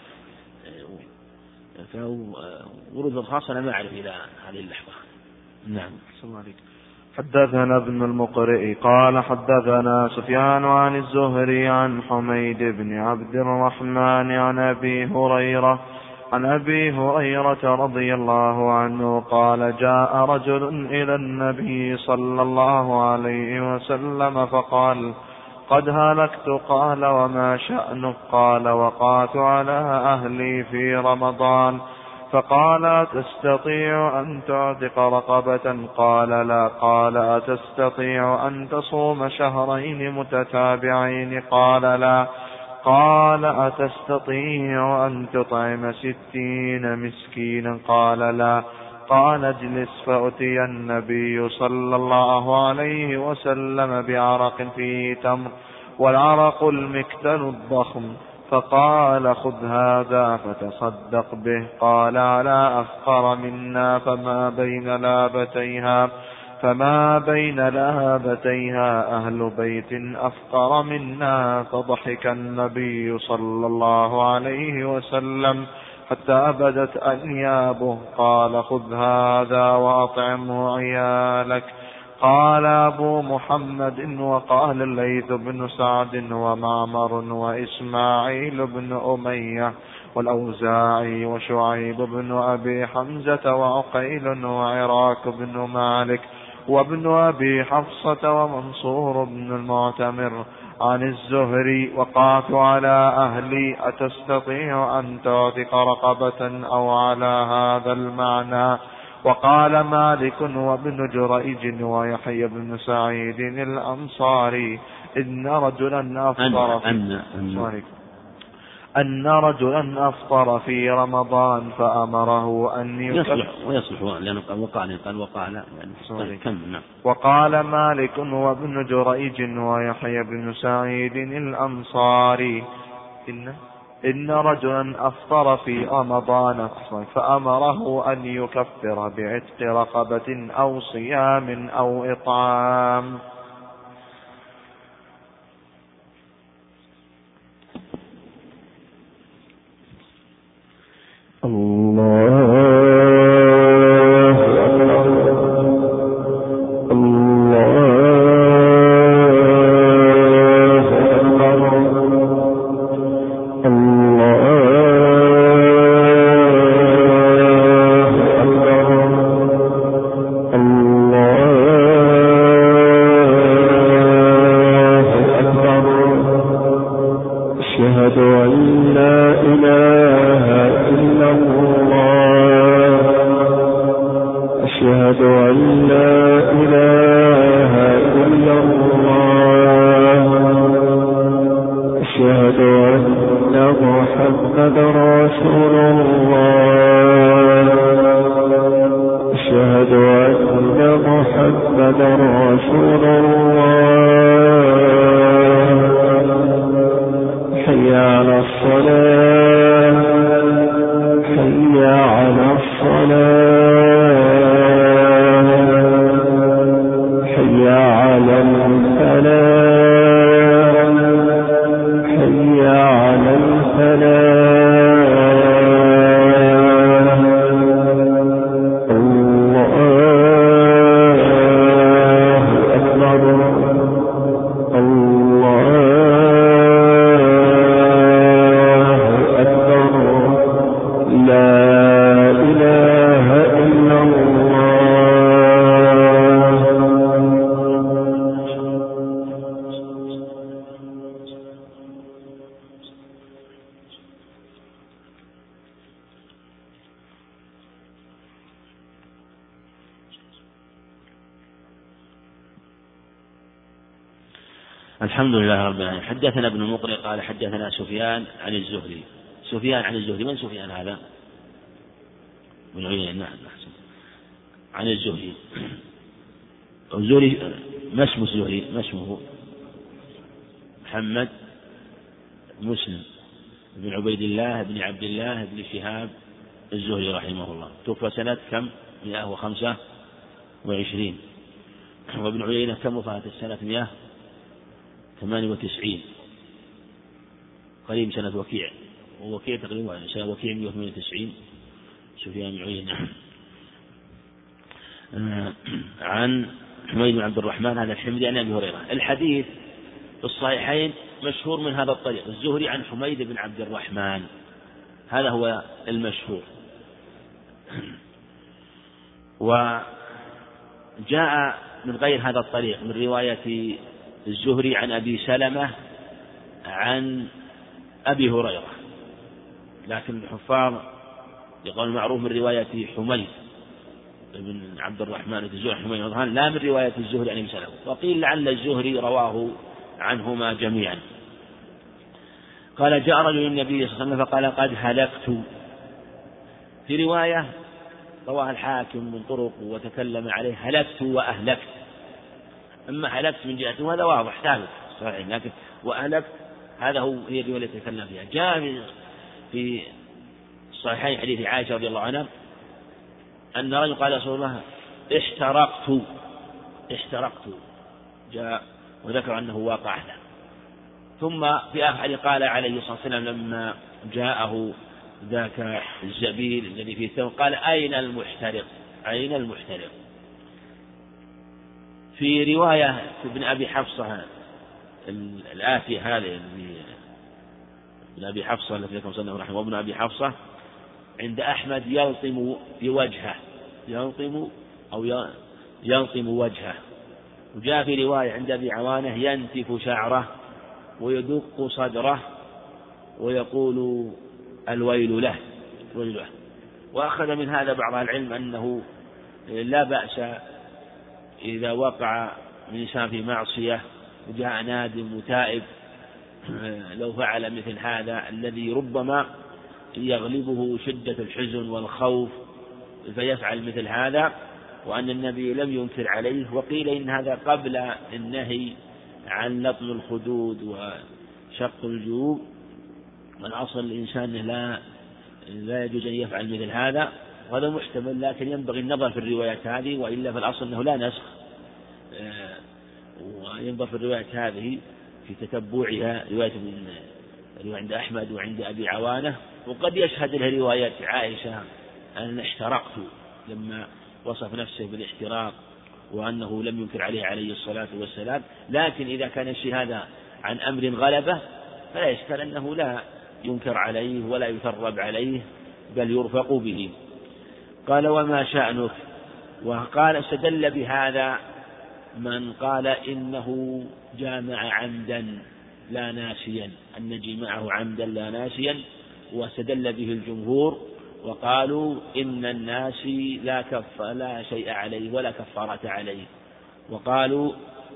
ورود الخاص أنا ما أعرف إلى هذه اللحظة. نعم. حدثنا ابن المقرئ قال حدثنا سفيان عن الزهري عن حميد بن عبد الرحمن عن أبي هريرة عن أبي هريرة رضي الله عنه قال جاء رجل إلى النبي صلى الله عليه وسلم فقال قد هلكت. قال وما شأنك؟ قال وقعت على أهلي في رمضان. فقال أتستطيع أن تعتق رقبة؟ قال لا. قال أتستطيع أن تصوم شهرين متتابعين؟ قال لا. قال أتستطيع أن تطعم 60 مسكينا؟ قال لا. قال اجلس. فأتي النبي صلى الله عليه وسلم بعرق فيه تمر، والعرق المكتل الضخم، فقال خذ هذا فتصدق به. قال على أفقر منا فما بين لابتيها أهل بيت أفقر منا. فضحك النبي صلى الله عليه وسلم حتى بدت أنيابه. قال خذ هذا وأطعمه عيالك. قال أبو محمد وقال الليث بن سعد ومعمر وإسماعيل بن أمية والأوزاعي وشعيب بن أبي حمزة وعقيل وعراك بن مالك وابن أبي حفصة ومنصور بن المعتمر عن الزهري وقعت على أهلي أتستطيع أن تعتق رقبة؟ أو على هذا المعنى. وقال مالك وابن جريج ويحيى بن سعيد الأنصاري إن رجلا أفطر في رمضان فأمره أن يكفر. ويصلح لأنه قال وقع لا يعني وقال مالك وابن جريج ويحيى بن سعيد الأنصاري إن رجلا أفطر في رمضان فأمره أن يكفر بعتق رقبة أو صيام أو إطعام. الحمد لله رب العالمين. حدثنا ابن مقرئ قال حدثنا سفيان عن الزهري. من سفيان هذا؟ من عيينة. نعم عن الزهري. الزهري ما اسمه الزهري؟ ما اسمه؟ محمد مسلم بن عبيد الله بن عبد الله بن شهاب الزهري رحمه الله. توفى سنة كم؟ 125. وابن عيينة كم وفاة السنة؟ 198 قريب سنة وكيع، ووكيع تقريبا سنة وكيع 198. سفيان بن عيينة عن حميد بن عبد الرحمن هذا الحمدي عن أبي هريرة. الحديث في الصحيحين مشهور من هذا الطريق، الزهري عن حميد بن عبد الرحمن هذا هو المشهور. وجاء من غير هذا الطريق من رواية الزهري عن أبي سلمة عن أبي هريرة، لكن الحفاظ يقول معروف من رواية حميد بن عبد الرحمن الزهري حميد لا من رواية الزهري عن أبي سلمة، وقيل لعل الزهري رواه عنهما جميعا. قال جاء رجل النبي صلى الله عليه وسلم فقال قد هلكت. في رواية رواها الحاكم من طرق وتكلم عليه هلكت وأهلكت. أما هلكت من جهته هذا واضح ثابت صحيح، لكن وأهلكت هذا هي الرواية التي تكلم فيها. جاء في صحيح حديث عائشة رضي الله عنها أن رجل قال رسول الله احترقت جاء وذكر أنه واقع له. ثم في آخر قال عليه الصلاة والسلام لما جاءه ذاك الزبيل الذي فيه الثوب قال أين المحترق. في رواية ابن أبي حفصة الآتية هذه ابن أبي حفصة التي ذكر مسلم رحمه وابن أبي حفصة عند أحمد يلطم وجهه. وجاء في رواية عند أبي عوانة ينتف شعره ويدق صدره ويقول الويل له. وأخذ من هذا بعض العلم أنه لا بأس إذا وقع الإنسان في معصية وجاء نادم وتائب لو فعل مثل هذا الذي ربما يغلبه شدة الحزن والخوف فيفعل مثل هذا، وأن النبي لم ينكر عليه. وقيل إن هذا قبل النهي عن لطم الخدود وشق الجيوب، والأصل الإنسان لا يجوز أن يفعل مثل هذا، وهذا محتمل، لكن ينبغي النظر في الروايات هذه، وإلا في الأصل أنه لا نسخ، وينظر في الروايات هذه في تتبعها رواية عند أحمد وعند أبي عوانة. وقد يشهد له رواية عائشة أن احترقت لما وصف نفسه بالاحتراق وأنه لم ينكر عليه الصلاة والسلام. لكن إذا كان الشيء هذا عن أمر غلبة فلا يشكل أنه لا ينكر عليه ولا يثرب عليه بل يرفق به. قال وما شأنك؟ وقال استدل بهذا من قال إنه جامع عمدا لا ناسيا، أن جماعه عمدا لا ناسيا، واستدل به الجمهور وقالوا إن الناس لا شيء عليه ولا كفارة عليه، وقالوا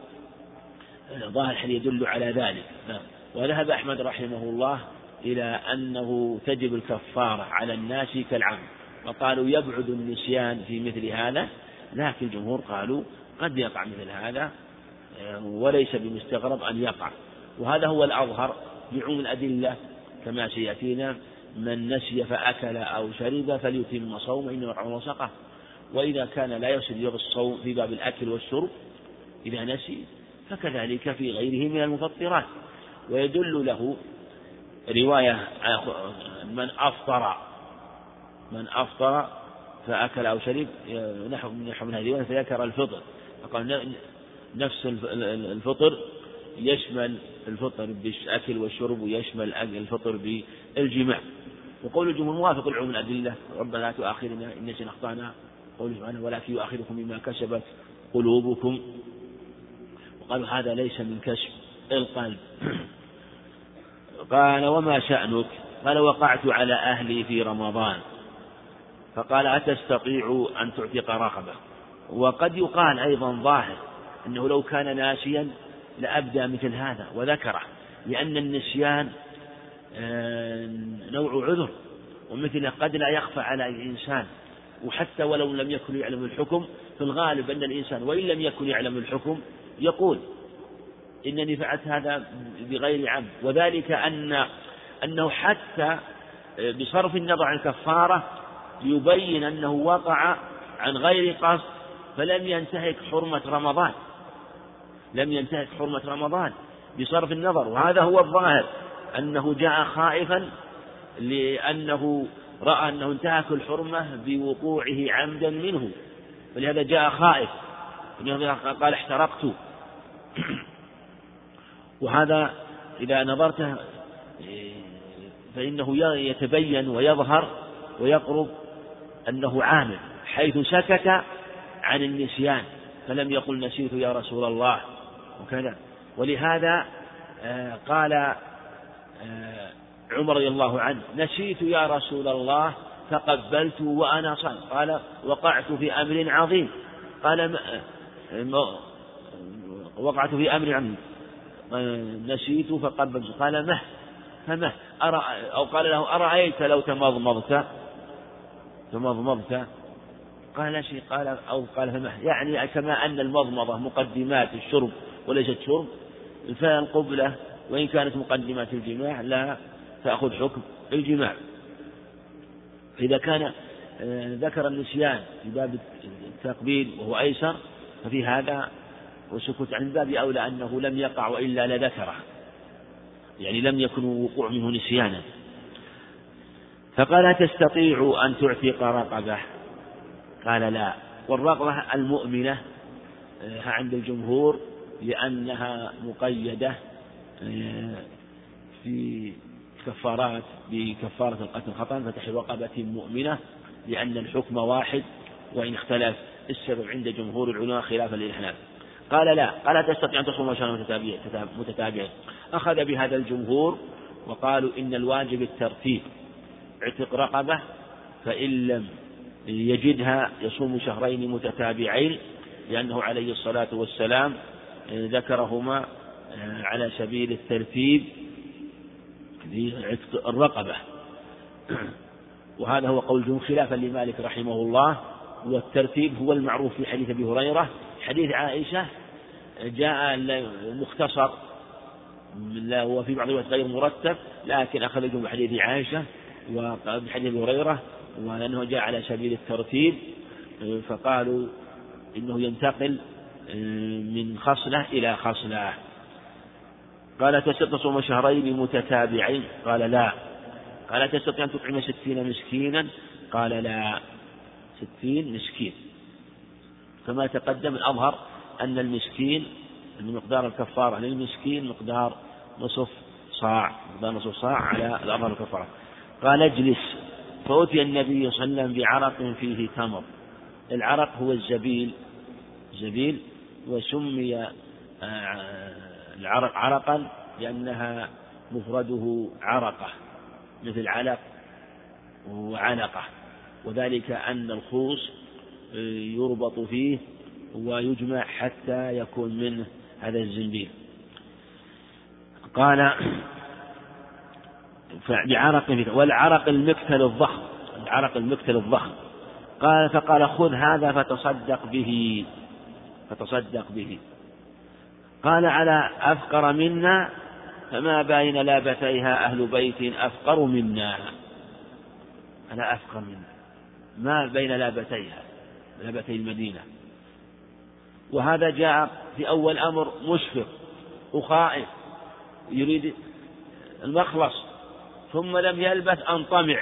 ظاهر الحديث يدل على ذلك. وذهب أحمد رحمه الله إلى أنه تجب الكفارة على الناس كالعمد، وقالوا يبعد النسيان في مثل هذا، لكن الجمهور قالوا قد يقع مثل هذا وليس بمستغرب أن يقع. وهذا هو الأظهر بعموم الأدلة كما سيأتينا: من نسي فأكل أو شرب فليتم صومه إنه يقع وسقه. وإذا كان لا يسد الصوم في باب الأكل والشرب إذا نسي فكذلك في غيره من المفطرات. ويدل له رواية من أفطر فأكل أو شرب نحو من هذه الرواية فذكر الفطر، فقال نفس الفطر يشمل الفطر بالأكل والشرب ويشمل الفطر بالجماع. وقول الجمهور موافق العموم الأدلة: ربنا لا تؤاخذنا إن نسينا أخطأنا، قوله سبحانه: ولكن يؤاخذكم بما كسبت قلوبكم. وقالوا هذا ليس من كسب القلب. قال وما شأنك؟ قال وقعت على أهلي في رمضان، فقال أتستطيع أن تعتق رقبة؟ وقد يقال أيضا ظاهر أنه لو كان ناسيا لأبدى مثل هذا وذكره، لأن النسيان نوع عذر ومثله قد لا يخفى على الإنسان، وحتى ولو لم يكن يعلم الحكم في الغالب أن الإنسان وإن لم يكن يعلم الحكم يقول إنني فعلت هذا بغير عمد. وذلك أنه حتى بصرف النظر عن الكفارة يبين أنه وقع عن غير قصد فلم ينتهك حرمة رمضان بصرف النظر. وهذا هو الظاهر، أنه جاء خائفا لأنه رأى أنه انتهك الحرمة بوقوعه عمدا منه، فلهذا جاء خائف، قال احترقت. وهذا إذا نظرته فإنه يتبين ويظهر ويقرب أنه عامل، حيث سكت عن النسيان فلم يقل نسيت يا رسول الله وكذا. ولهذا قال عمر رضي الله عنه نسيت يا رسول الله فقبلت وأنا صائم، قال وقعت في أمر عظيم، قال وقعت في أمر عظيم نسيت فقبلت، قال مه فمه أو قال له أرأيت لو تمضمضت قال لا شيء، قال أو قال فمه، يعني كما أن المضمضة مقدمات الشرب وليست شرب، فالقبلة وإن كانت مقدمات الجماع لا تأخذ حكم الجماع. إذا كان ذكر النسيان في باب التقبيل وهو أيسر ففي هذا وسكت عن باب أولى أنه لم يقع وإلا لذكره، يعني لم يكن وقوع منه نسيانا. فقال تستطيع أن تعتق رقبة؟ قال لا. والرقبة المؤمنة عند الجمهور لأنها مقيدة في كفارات بكفارة القتل خطأ فتح رقبة مؤمنة، لأن الحكم واحد وإن اختلف السبب عند جمهور العلماء خلافا للأحناف. قال لا. قال تستطيع أن تصوم شهرين متتابعين. أخذ بهذا الجمهور وقالوا إن الواجب الترتيب، اعتق رقبة، فإن لم يجدها يصوم شهرين متتابعين، لأنه عليه الصلاة والسلام ذكرهما على سبيل الترتيب لعتق الرقبة. وهذا هو قول جمهور خلافا لمالك رحمه الله. والترتيب هو المعروف في حديث أبي هريرة. حديث عائشة جاء مختصر وفي بعض الوقت غير مرتب، لكن أخذ الجمهور بحديث عائشة وبحديث أبي هريرة، ولأنه جاء على سبيل الترتيب فقالوا إنه ينتقل من خصلة إلى خصلة. قال تستطيع تصوم شهرين متتابعين؟ قال لا. قال تستطيع أن تطعم 60 مسكينا؟ قال لا. 60 مسكين. كما تقدم الأظهر أن المسكين من مقدار الكفارة للمسكين مقدار نصف صاع على الأظهر الكفارة. قال اجلس. فأتي النبي صلى الله عليه وسلم بعرق فيه تمر. العرق هو الزبيل، وسمي العرق عرقا لأنها مفرده عرقة مثل علق وعنقة، وذلك أن الخوص يربط فيه ويجمع حتى يكون منه هذا الزنبيل. قال بعرق، والعرق المكتل الضخم. قال فقال خذ هذا فتصدق به. قال على أفقر منا، فما بين لابتيها أهل بيت أفقر منا. على أفقر منا ما بين لابتي المدينة. وهذا جاء في أول أمر مشفق وخائف يريد المخلص، ثم لم يلبث أن طمع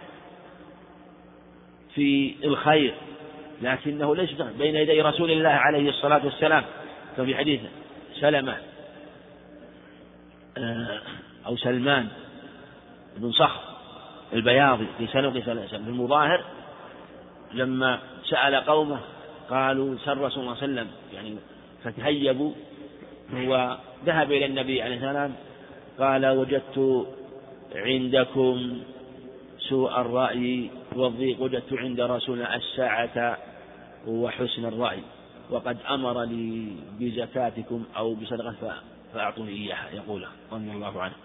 في الخير، لكنه ليس بين يدي رسول الله عليه الصلاة والسلام. ففي حديث سلمة أو سلمان بن صخر البياضي في سنة المظاهر لما سأل قومه قالوا سر رسول الله صلى الله عليه وسلم يعني فتهيبوا، وذهب إلى النبي عليه السلام قال وجدت عندكم سوء الرأي والضيق، وجدت عند رسولنا الساعة وحسن الرأي، وقد أمر لي بزكاتكم أو بصدقة فأعطوني إياها، يقول رضي الله عنه.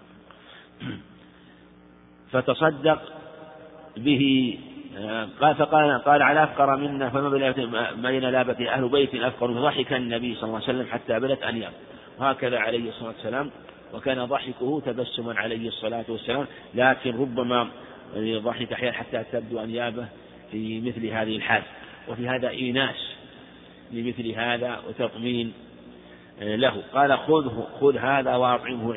فتصدق به. قال على أفقر منا، فما بين لابته أهل بيت أفقر. ضحك النبي صلى الله عليه وسلم حتى بدت أنياب، وهكذا عليه الصلاة والسلام، وكان ضحكه تبسما عليه الصلاة والسلام، لكن ربما ضحك أحيانا حتى تبدو أنيابه في مثل هذه الحال. وفي هذا إيناس لمثل هذا وتطمين له. قال خذ هذا وأطعمه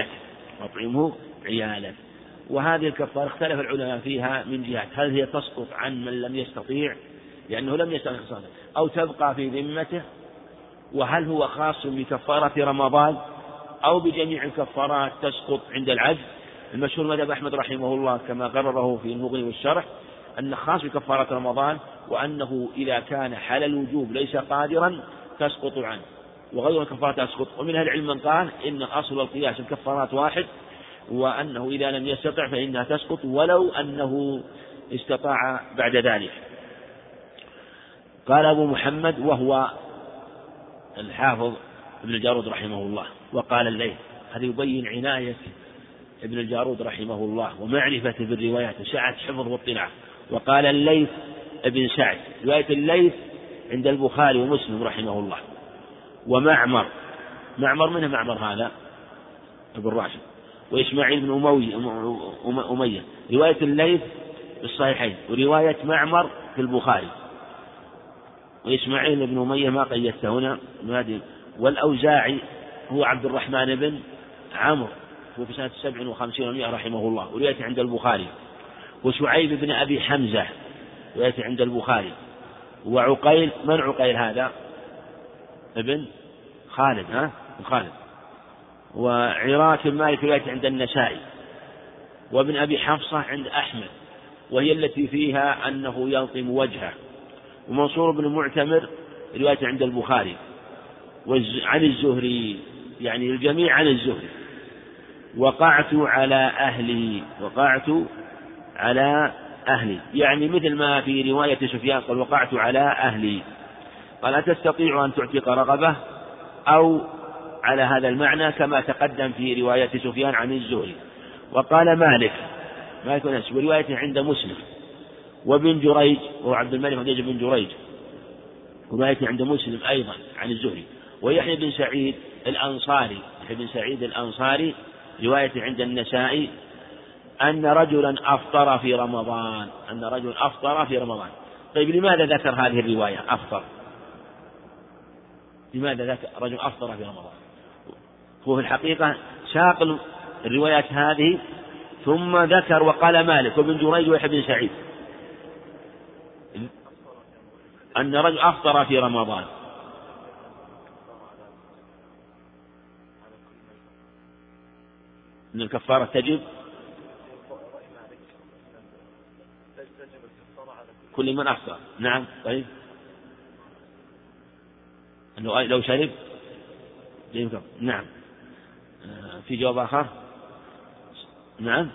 عيالك. وهذه الكفارة اختلف العلماء فيها من جهة هل هي تسقط عن من لم يستطيع لأنه لم يستطيع أو تبقى في ذمته، وهل هو خاص بكفارة رمضان أو بجميع الكفارات تسقط عند العجز. المشهور مذهب أحمد رحمه الله كما قرره في المغني والشرح أن خاص بكفارة رمضان، وأنه إذا كان حال الوجوب ليس قادرا تسقط عنه، وغير الكفارة تسقط. ومن أهل العلم من قال إن الأصل والقياس الكفارات واحد، وأنه إذا لم يستطع فإنها تسقط ولو أنه استطاع بعد ذلك. قال أبو محمد وهو الحافظ ابن الجارود رحمه الله، وقال الليث، هذا يبين عناية ابن الجارود رحمه الله ومعرفته بالروايات وسعة حفظ واطلاع. وقال الليث ابن سعد، رواية الليث عند البخاري ومسلم رحمه الله. ومعمر، معمر منه معمر هذا ابن راشد، وإسماعيل بن أمية، رواية الليث في الصحيحين ورواية معمر في البخاري. وإسماعيل بن أمية ما قيدته هنا. والأوزاعي هو عبد الرحمن بن عمرو، هو في سنة 57 و100 رحمه الله، وروايته عند البخاري. وشعيب بن أبي حمزة روايته عند البخاري. وعقيل، من عقيل هذا؟ ابن خالد، ابن خالد. وعراك بن مالك روايته عند النسائي. وابن أبي حفصة عند أحمد، وهي التي فيها أنه يلطم وجهه. ومنصور بن معتمر روايته عند البخاري. عن الزهري، يعني الجميع عن الزهري. وقعت على أهلي، وقعت على أهلي، يعني مثل ما في رواية سفيان قال وقعت على أهلي، قال تستطيع أن تعتق رغبة، أو على هذا المعنى كما تقدم في رواية سفيان عن الزهري. وقال مالك وروايته عند مسلم. وابن جريج وهو عبد الملك بن جريج روايته عند مسلم أيضا عن الزهري. ويحيى بن سعيد الأنصاري، يحيى بن سعيد الأنصاري روايته عند النسائي أن رجلا أفطر في رمضان، أن رجل أفطر في رمضان. طيب لماذا ذكر هذه الرواية أفطر؟ لماذا ذكر رجل أفطر في رمضان؟ هو في الحقيقة ساق الروايات هذه ثم ذكر وقال مالك وابن جريج ويحيى بن سعيد أن رجل أفطر في رمضان. أن الكفارة تجب كل من أفطر. نعم. طيب أنه لو شرب يمكن. نعم. في جواب آخر؟ نعم.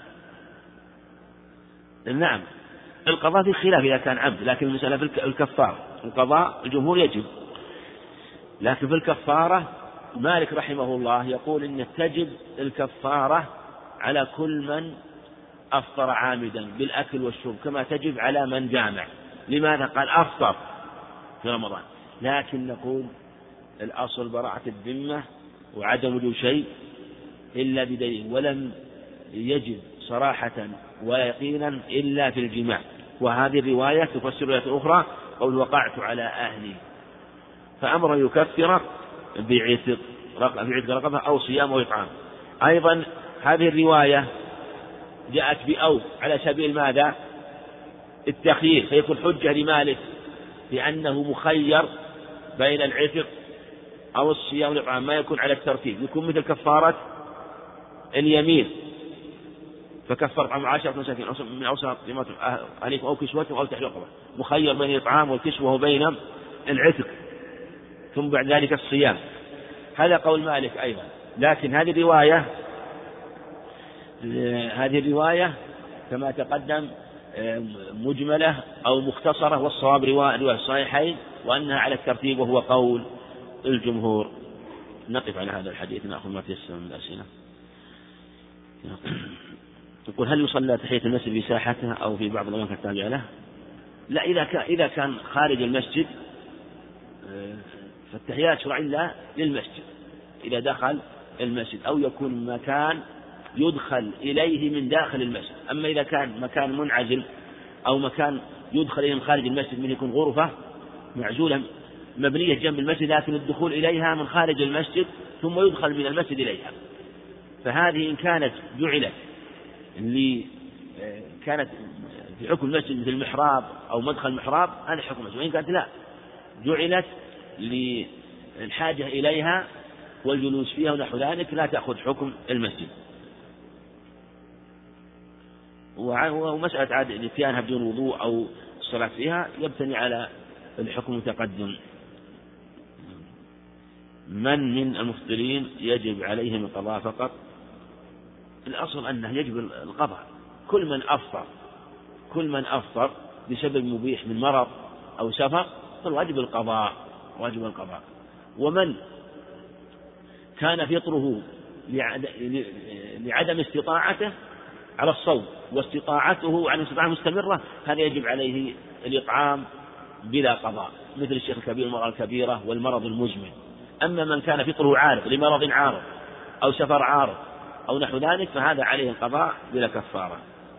نعم. القضاء في خلاف إذا كان عبد، لكن المسألة في الكفارة القضاء الجمهور يجب، لكن في الكفارة مالك رحمه الله يقول إن تجب الكفارة على كل من أفطر عامدا بالأكل والشرب كما تجب على من جامع. لماذا؟ قال أفطر في رمضان، لكن نقول الأصل براءة الذمة وعدم وجود شيء إلا بدليل، ولم يجب صراحة ويقينا إلا في الجماع. وهذه الرواية تفسر رواية أخرى قول وقعت على أهلي، فأمر يكفر بعتق رقبة أو صيام أو إطعام. أيضا هذه الرواية جاءت بأو على سبيل ماذا؟ التخيير، فيكون حجة لمالك لأنه مخير بين العتق أو الصيام والإطعام، ما يكون على الترتيب، يكون مثل كفارة اليمين، فكفر عن 10 مساكين من أوسط قيمتهم أهليكم أو كسوتهم أو تحرير رقبة، مخير بين الإطعام والكسوة وبين العتق، ثم بعد ذلك الصيام. هذا قول مالك أيضا. لكن هذه الرواية كما تقدم مجملة أو مختصرة، والصواب رواية الصحيحين وأنها على الترتيب وهو قول الجمهور. نقف على هذا الحديث، نأخذ ما تيسر من الأسئلة. يقول هل يصلى تحية المسجد في ساحته أو في بعض الأماكن التابعة له؟ لا، إذا كان خارج المسجد فالتحيات شرع الله للمسجد إذا دخل المسجد، أو يكون مكان يدخل إليه من داخل المسجد. أما إذا كان مكان منعزل أو مكان يدخل إليه من خارج المسجد، من يكون غرفة معزولة مبنية جنب المسجد لكن الدخول إليها من خارج المسجد ثم يدخل من المسجد إليها، فهذه إن كانت جعلت كانت في حكم المسجد مثل المحراب أو مدخل المحراب، هذا حكم المسجد. وإن كانت لا، جعلت للحاجة إليها والجلوس فيها ونحو ذلك، لا تأخذ حكم المسجد. ومسألة عاد الاتيانها بدون وضوء أو الصلاة فيها يبتني على الحكم المتقدم. من المفطرين يجب عليهم القضاء فقط؟ الأصل أنه يجب القضاء. كل من أفطر بسبب مبيح من مرض أو سفر فالواجب القضاء. ومن كان فطره لعدم استطاعته على الصوم واستطاعته عن استطاعة مستمرة هذا يجب عليه الإطعام بلا قضاء، مثل الشيخ الكبير والمرأة الكبيرة والمرض المزمن. أما من كان فطره عارض لمرض عارض أو سفر عارض أو نحو ذلك فهذا عليه القضاء بلا كفارة.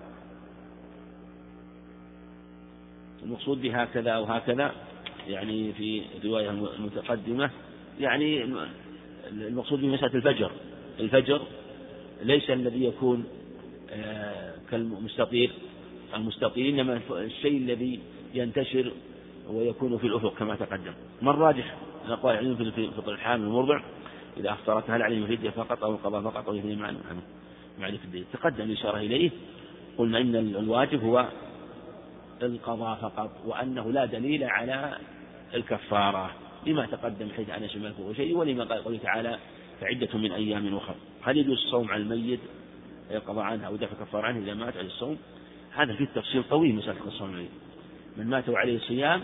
المقصود بهكذا وهكذا يعني في رواية المتقدمة يعني المقصود بمسألة الفجر ليس الذي يكون كالمستطيل إنما الشيء الذي ينتشر ويكون في الأفق كما تقدم. ما الراجح؟ نقول عليهم في فطر الحامل والمرضع إذا أفطرت هل عليهم الفدية فقط أو القضاء فقط أو الاثنين معا؟ تقدم الإشارة إليه. قلنا إن الواجب هو القضاء فقط وأنه لا دليل على الكفارة لما تقدم حيث أنس مالك وشيء ولما قال تعالى فعدة من أيام أخرى. هل يجوز الصوم على الميت القضاء عنها أو دفع كفارة عنه إذا مات على الصوم؟ هذا فيه تفصيل طويل مسألة الصوم عليه. من مات وعليه الصيام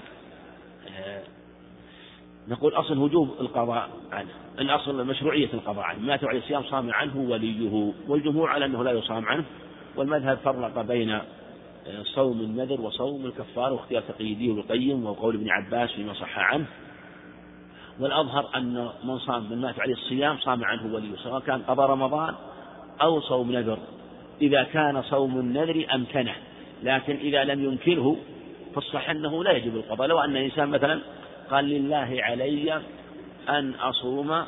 نقول أصل وجوب القضاء عنه، الأصل مشروعية القضاء عنه. مات وعليه الصيام صام عنه وليه، والجمهور على أنه لا يصام عنه، والمذهب فرق بين صوم النذر وصوم الكفار واختيار تقييديه القيم وقول ابن عباس فيما صح عنه. والأظهر أن من مات عليه الصيام صام عنه وليه سواء كان قضى رمضان أو صوم نذر. إذا كان صوم النذر أمكنه، لكن إذا لم يمكنه فالصح أنه لا يجب القضاء. لو أن الإنسان مثلا قال لله علي أن أصوم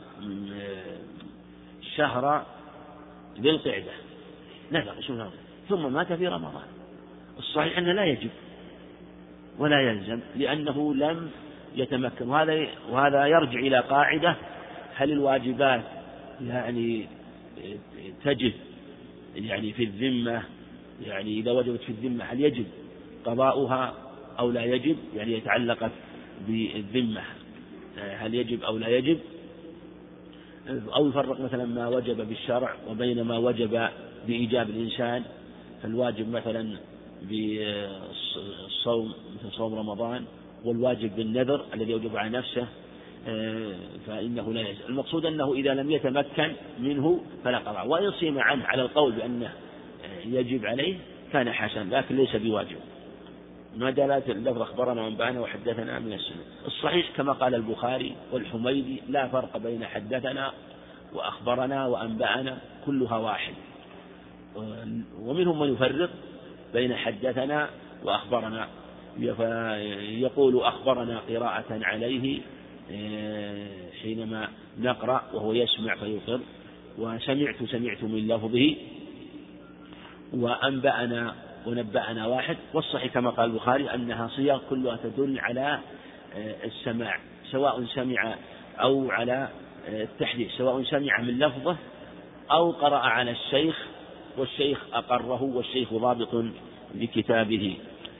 شهر ذي القعدة نذر ثم مات في رمضان، الصحيح أنه لا يجب ولا يلزم لأنه لم يتمكن. وهذا يرجع إلى قاعدة: هل الواجبات يعني تجب يعني في الذمة، يعني إذا وجبت في الذمة هل يجب قضاؤها أو لا يجب؟ يعني يتعلقت بالذمة هل يجب أو لا يجب، أو يفرق مثلا ما وجب بالشرع وبين ما وجب بإيجاب الإنسان. فالواجب مثلا بالصوم مثل صوم رمضان والواجب بالنذر الذي يوجب على نفسه فإنه لا يجب. المقصود أنه إذا لم يتمكن منه فلا قضاء، وإن صيم عنه على القول بأنه يجب عليه كان حسن لكن ليس بواجب. ما دلالة اللفظ أخبرنا وأنبأنا وحدثنا من السنة. الصحيح كما قال البخاري والحميدي لا فرق بين حدثنا وأخبرنا وأنبأنا، كلها واحد. ومنهم من يفرق بين حدثنا وأخبرنا، يقول أخبرنا قراءة عليه حينما نقرأ وهو يسمع فيقر، وسمعت من لفظه، وأنبأنا ونبأنا واحد. والصحيح كما قال البخاري أنها صيغ كلها تدل على السماع سواء سمع أو على التحديث، سواء سمع من لفظه أو قرأ على الشيخ والشيخ أقره والشيخ ضابط بكتابه.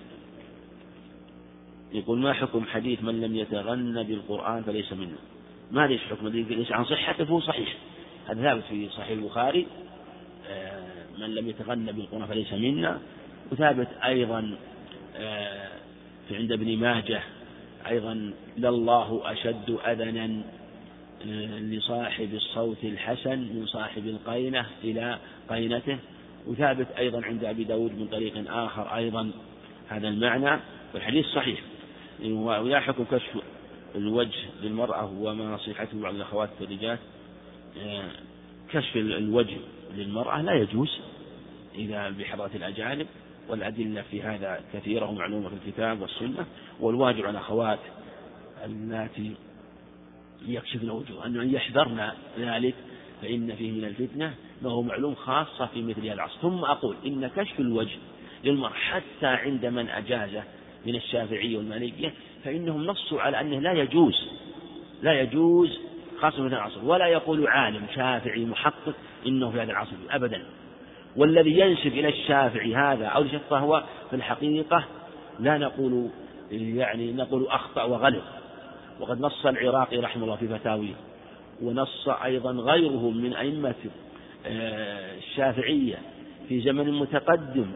يقول: ما حكم حديث من لم يتغنى بالقرآن فليس منا؟ ما ليش حكم ليس عن صحته فهو صحيح، هذا ثابت في صحيح البخاري من لم يتغنى بالقرآن فليس منا، وثابت أيضا عند ابن ماجه أيضا: لله أشد أذنا لصاحب الصوت الحسن من صاحب القينة إلى قينته. وثابت أيضا عند أبي داود من طريق آخر أيضا هذا المعنى، والحديث صحيح. ولا حكم كشف الوجه للمرأة وما نصيحته على الأخوات الرجال؟ كشف الوجه للمرأة لا يجوز إذا بحضرة الأجانب، والأدلة في هذا كثيرة ومعلومة في الكتاب والسنة. والواجب على الأخوات التي يكشفن وجوه أن يحذرن ذلك، فإن فيه من الفتنة ما هو معلوم خاصة في مثل هذا العصر. ثم أقول إن كشف الوجه للمرأة حتى عند من أجازه من الشافعية والمالكية فإنهم نصوا على أنه لا يجوز خاصة في هذا العصر، ولا يقول عالم شافعي محقق إنه في هذا العصر أبدا. والذي ينسب إلى الشافعي هذا أو فهو في الحقيقة لا نقول يعني نقول أخطأ وغلط. وقد نص العراقي رحمه الله في فتاويه، ونص أيضا غيره من أئمة الشافعية في زمن متقدم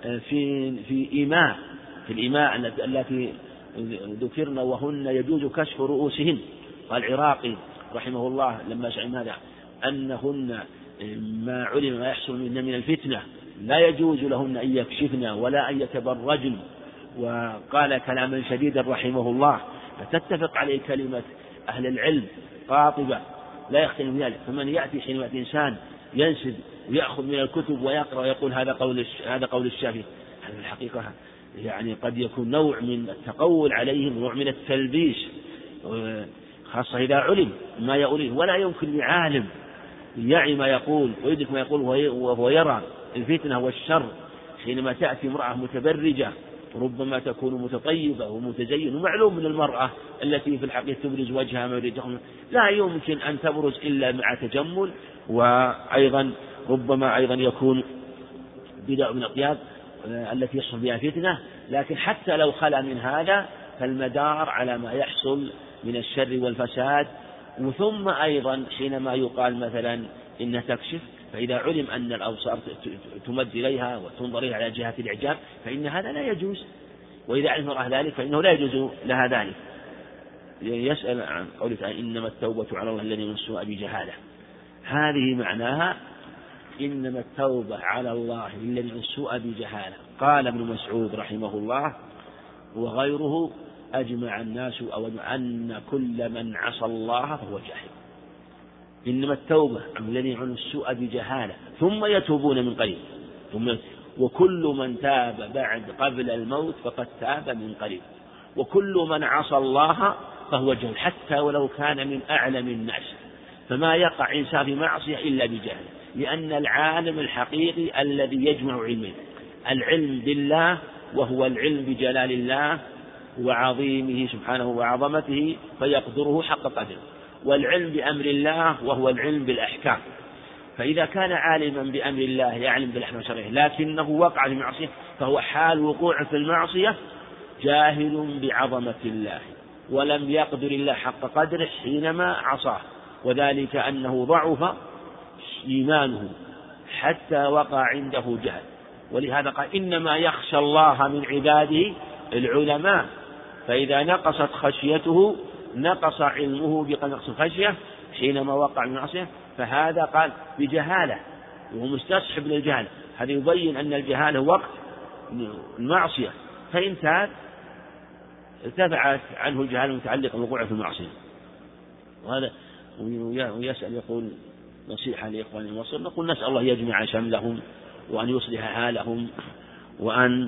في الإماء التي ذكرنا وهن يجوز كشف رؤوسهن. قال العراقي رحمه الله لما سئل هذا أنهن ما علم ما يحصل منهن من الفتنة لا يجوز لهن أن يكشفن ولا أن يتبرجن، وقال كلاما شديدا رحمه الله، فتتفق عليه كلمة أهل العلم قاطبة لا يختلف ذلك. فمن يأتي حينما إنسان ينسب ويأخذ من الكتب ويقرأ ويقول هذا قول الشافعي، هذا الحقيقة يعني قد يكون نوع من التقول عليهم ونوع من التلبيس، خاصة إذا علم ما يقوله. ولا يمكن لعالم يعي ما يقول ويدرك ما يقول وهو يرى الفتنة والشر حينما تأتي امرأة متبرجة ربما تكون متطيبة ومتزينة، ومعلوم من المرأة التي في الحقيقة تبرز وجهها لا يمكن أن تبرز إلا مع تجمل، وأيضا ربما أيضا يكون بدء من الثياب التي يحصل بها فتنة. لكن حتى لو خلا من هذا فالمدار على ما يحصل من الشر والفساد. وثم أيضا حينما يقال مثلا إنها تكشف، فإذا علم أن الأبصار تمد إليها وتنظر إليها على جهة الإعجاب فإن هذا لا يجوز، وإذا علم المرأة ذلك فإنه لا يجوز لها ذلك. يسأل عن قولك إنما التوبة على الله الذي من السوء بجهالة، هذه معناها إنما التوبة على الله الذي من السوء بجهالة. قال ابن مسعود رحمه الله وغيره أجمع الناس أو أن كل من عصى الله فهو جاهل. إنما التوبة عن الذين يعملون السوء بجهالة ثم يتوبون من قريب، وكل من تاب بعد قبل الموت فقد تاب من قريب، وكل من عصى الله فهو جاهل حتى ولو كان من أعلم الناس. فما يقع إنسان في معصية إلا بجهل، لأن العالم الحقيقي الذي يجمع علمين: العلم بالله وهو العلم بجلال الله وعظيمه سبحانه وعظمته فيقدره حق قدره، والعلم بأمر الله وهو العلم بالأحكام. فإذا كان عالما بأمر الله يعلم بالأحكام الشرعية لكنه وقع في معصية فهو حال وقوع في المعصية جاهل بعظمة الله ولم يقدر الله حق قدره حينما عصاه، وذلك أنه ضعف إيمانه حتى وقع عنده جهل. ولهذا قال إنما يخشى الله من عباده العلماء، فإذا نقصت خشيته نقص علمه بنقص الخشية حينما وقع من المعصية، فهذا قال بجهالة وهو مستصحب للجهالة. هذا يبين أن الجهالة وقت المعصية، فإن تاب ارتفعت عنه الجهالة المتعلقة بالوقوع في المعصية. وهذا ويسأل يقول نصيحة لإخواني المصر، نقول نسأل الله يجمع شملهم وأن يصلح حالهم وأن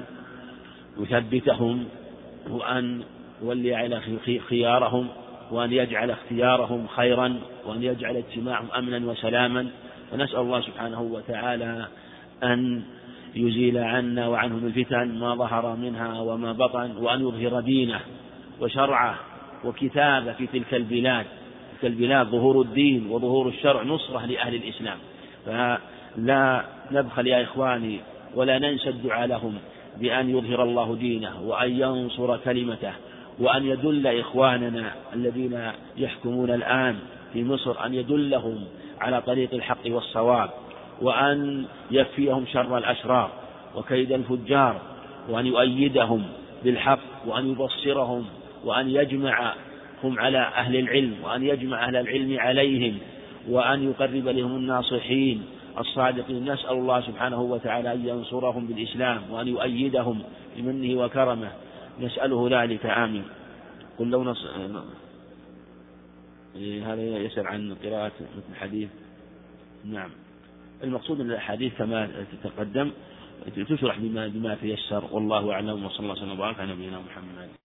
يثبتهم وأن يولي على خيارهم وأن يجعل اختيارهم خيرا وأن يجعل اجتماعهم أمنا وسلاما. ونسأل الله سبحانه وتعالى أن يزيل عنا وعنهم الفتن ما ظهر منها وما بطن، وأن يظهر دينه وشرعه وكتابه في تلك البلاد ظهور الدين وظهور الشرع نصرة لأهل الإسلام. فلا نبخل يا إخواني ولا ننسى الدعاء لهم بأن يظهر الله دينه وأن ينصر كلمته، وأن يدل إخواننا الذين يحكمون الآن في مصر أن يدلهم على طريق الحق والصواب، وأن يكفيهم شر الأشرار وكيد الفجار، وأن يؤيدهم بالحق وأن يبصرهم وأن يجمعهم على أهل العلم وأن يجمع أهل العلم عليهم وأن يقرب لهم الناصحين الصادقين. نسأل الله سبحانه وتعالى أن ينصرهم بالإسلام وأن يؤيدهم بمنه وكرمه، نسأله ذلك آمين. قل لو هذا يسأل عن قراءة مثل الحديث. نعم، المقصود أن الحديث كما تتقدم تشرح بما تيسر، والله أعلم، وصلى الله وسلم وبارك على نبينا محمد.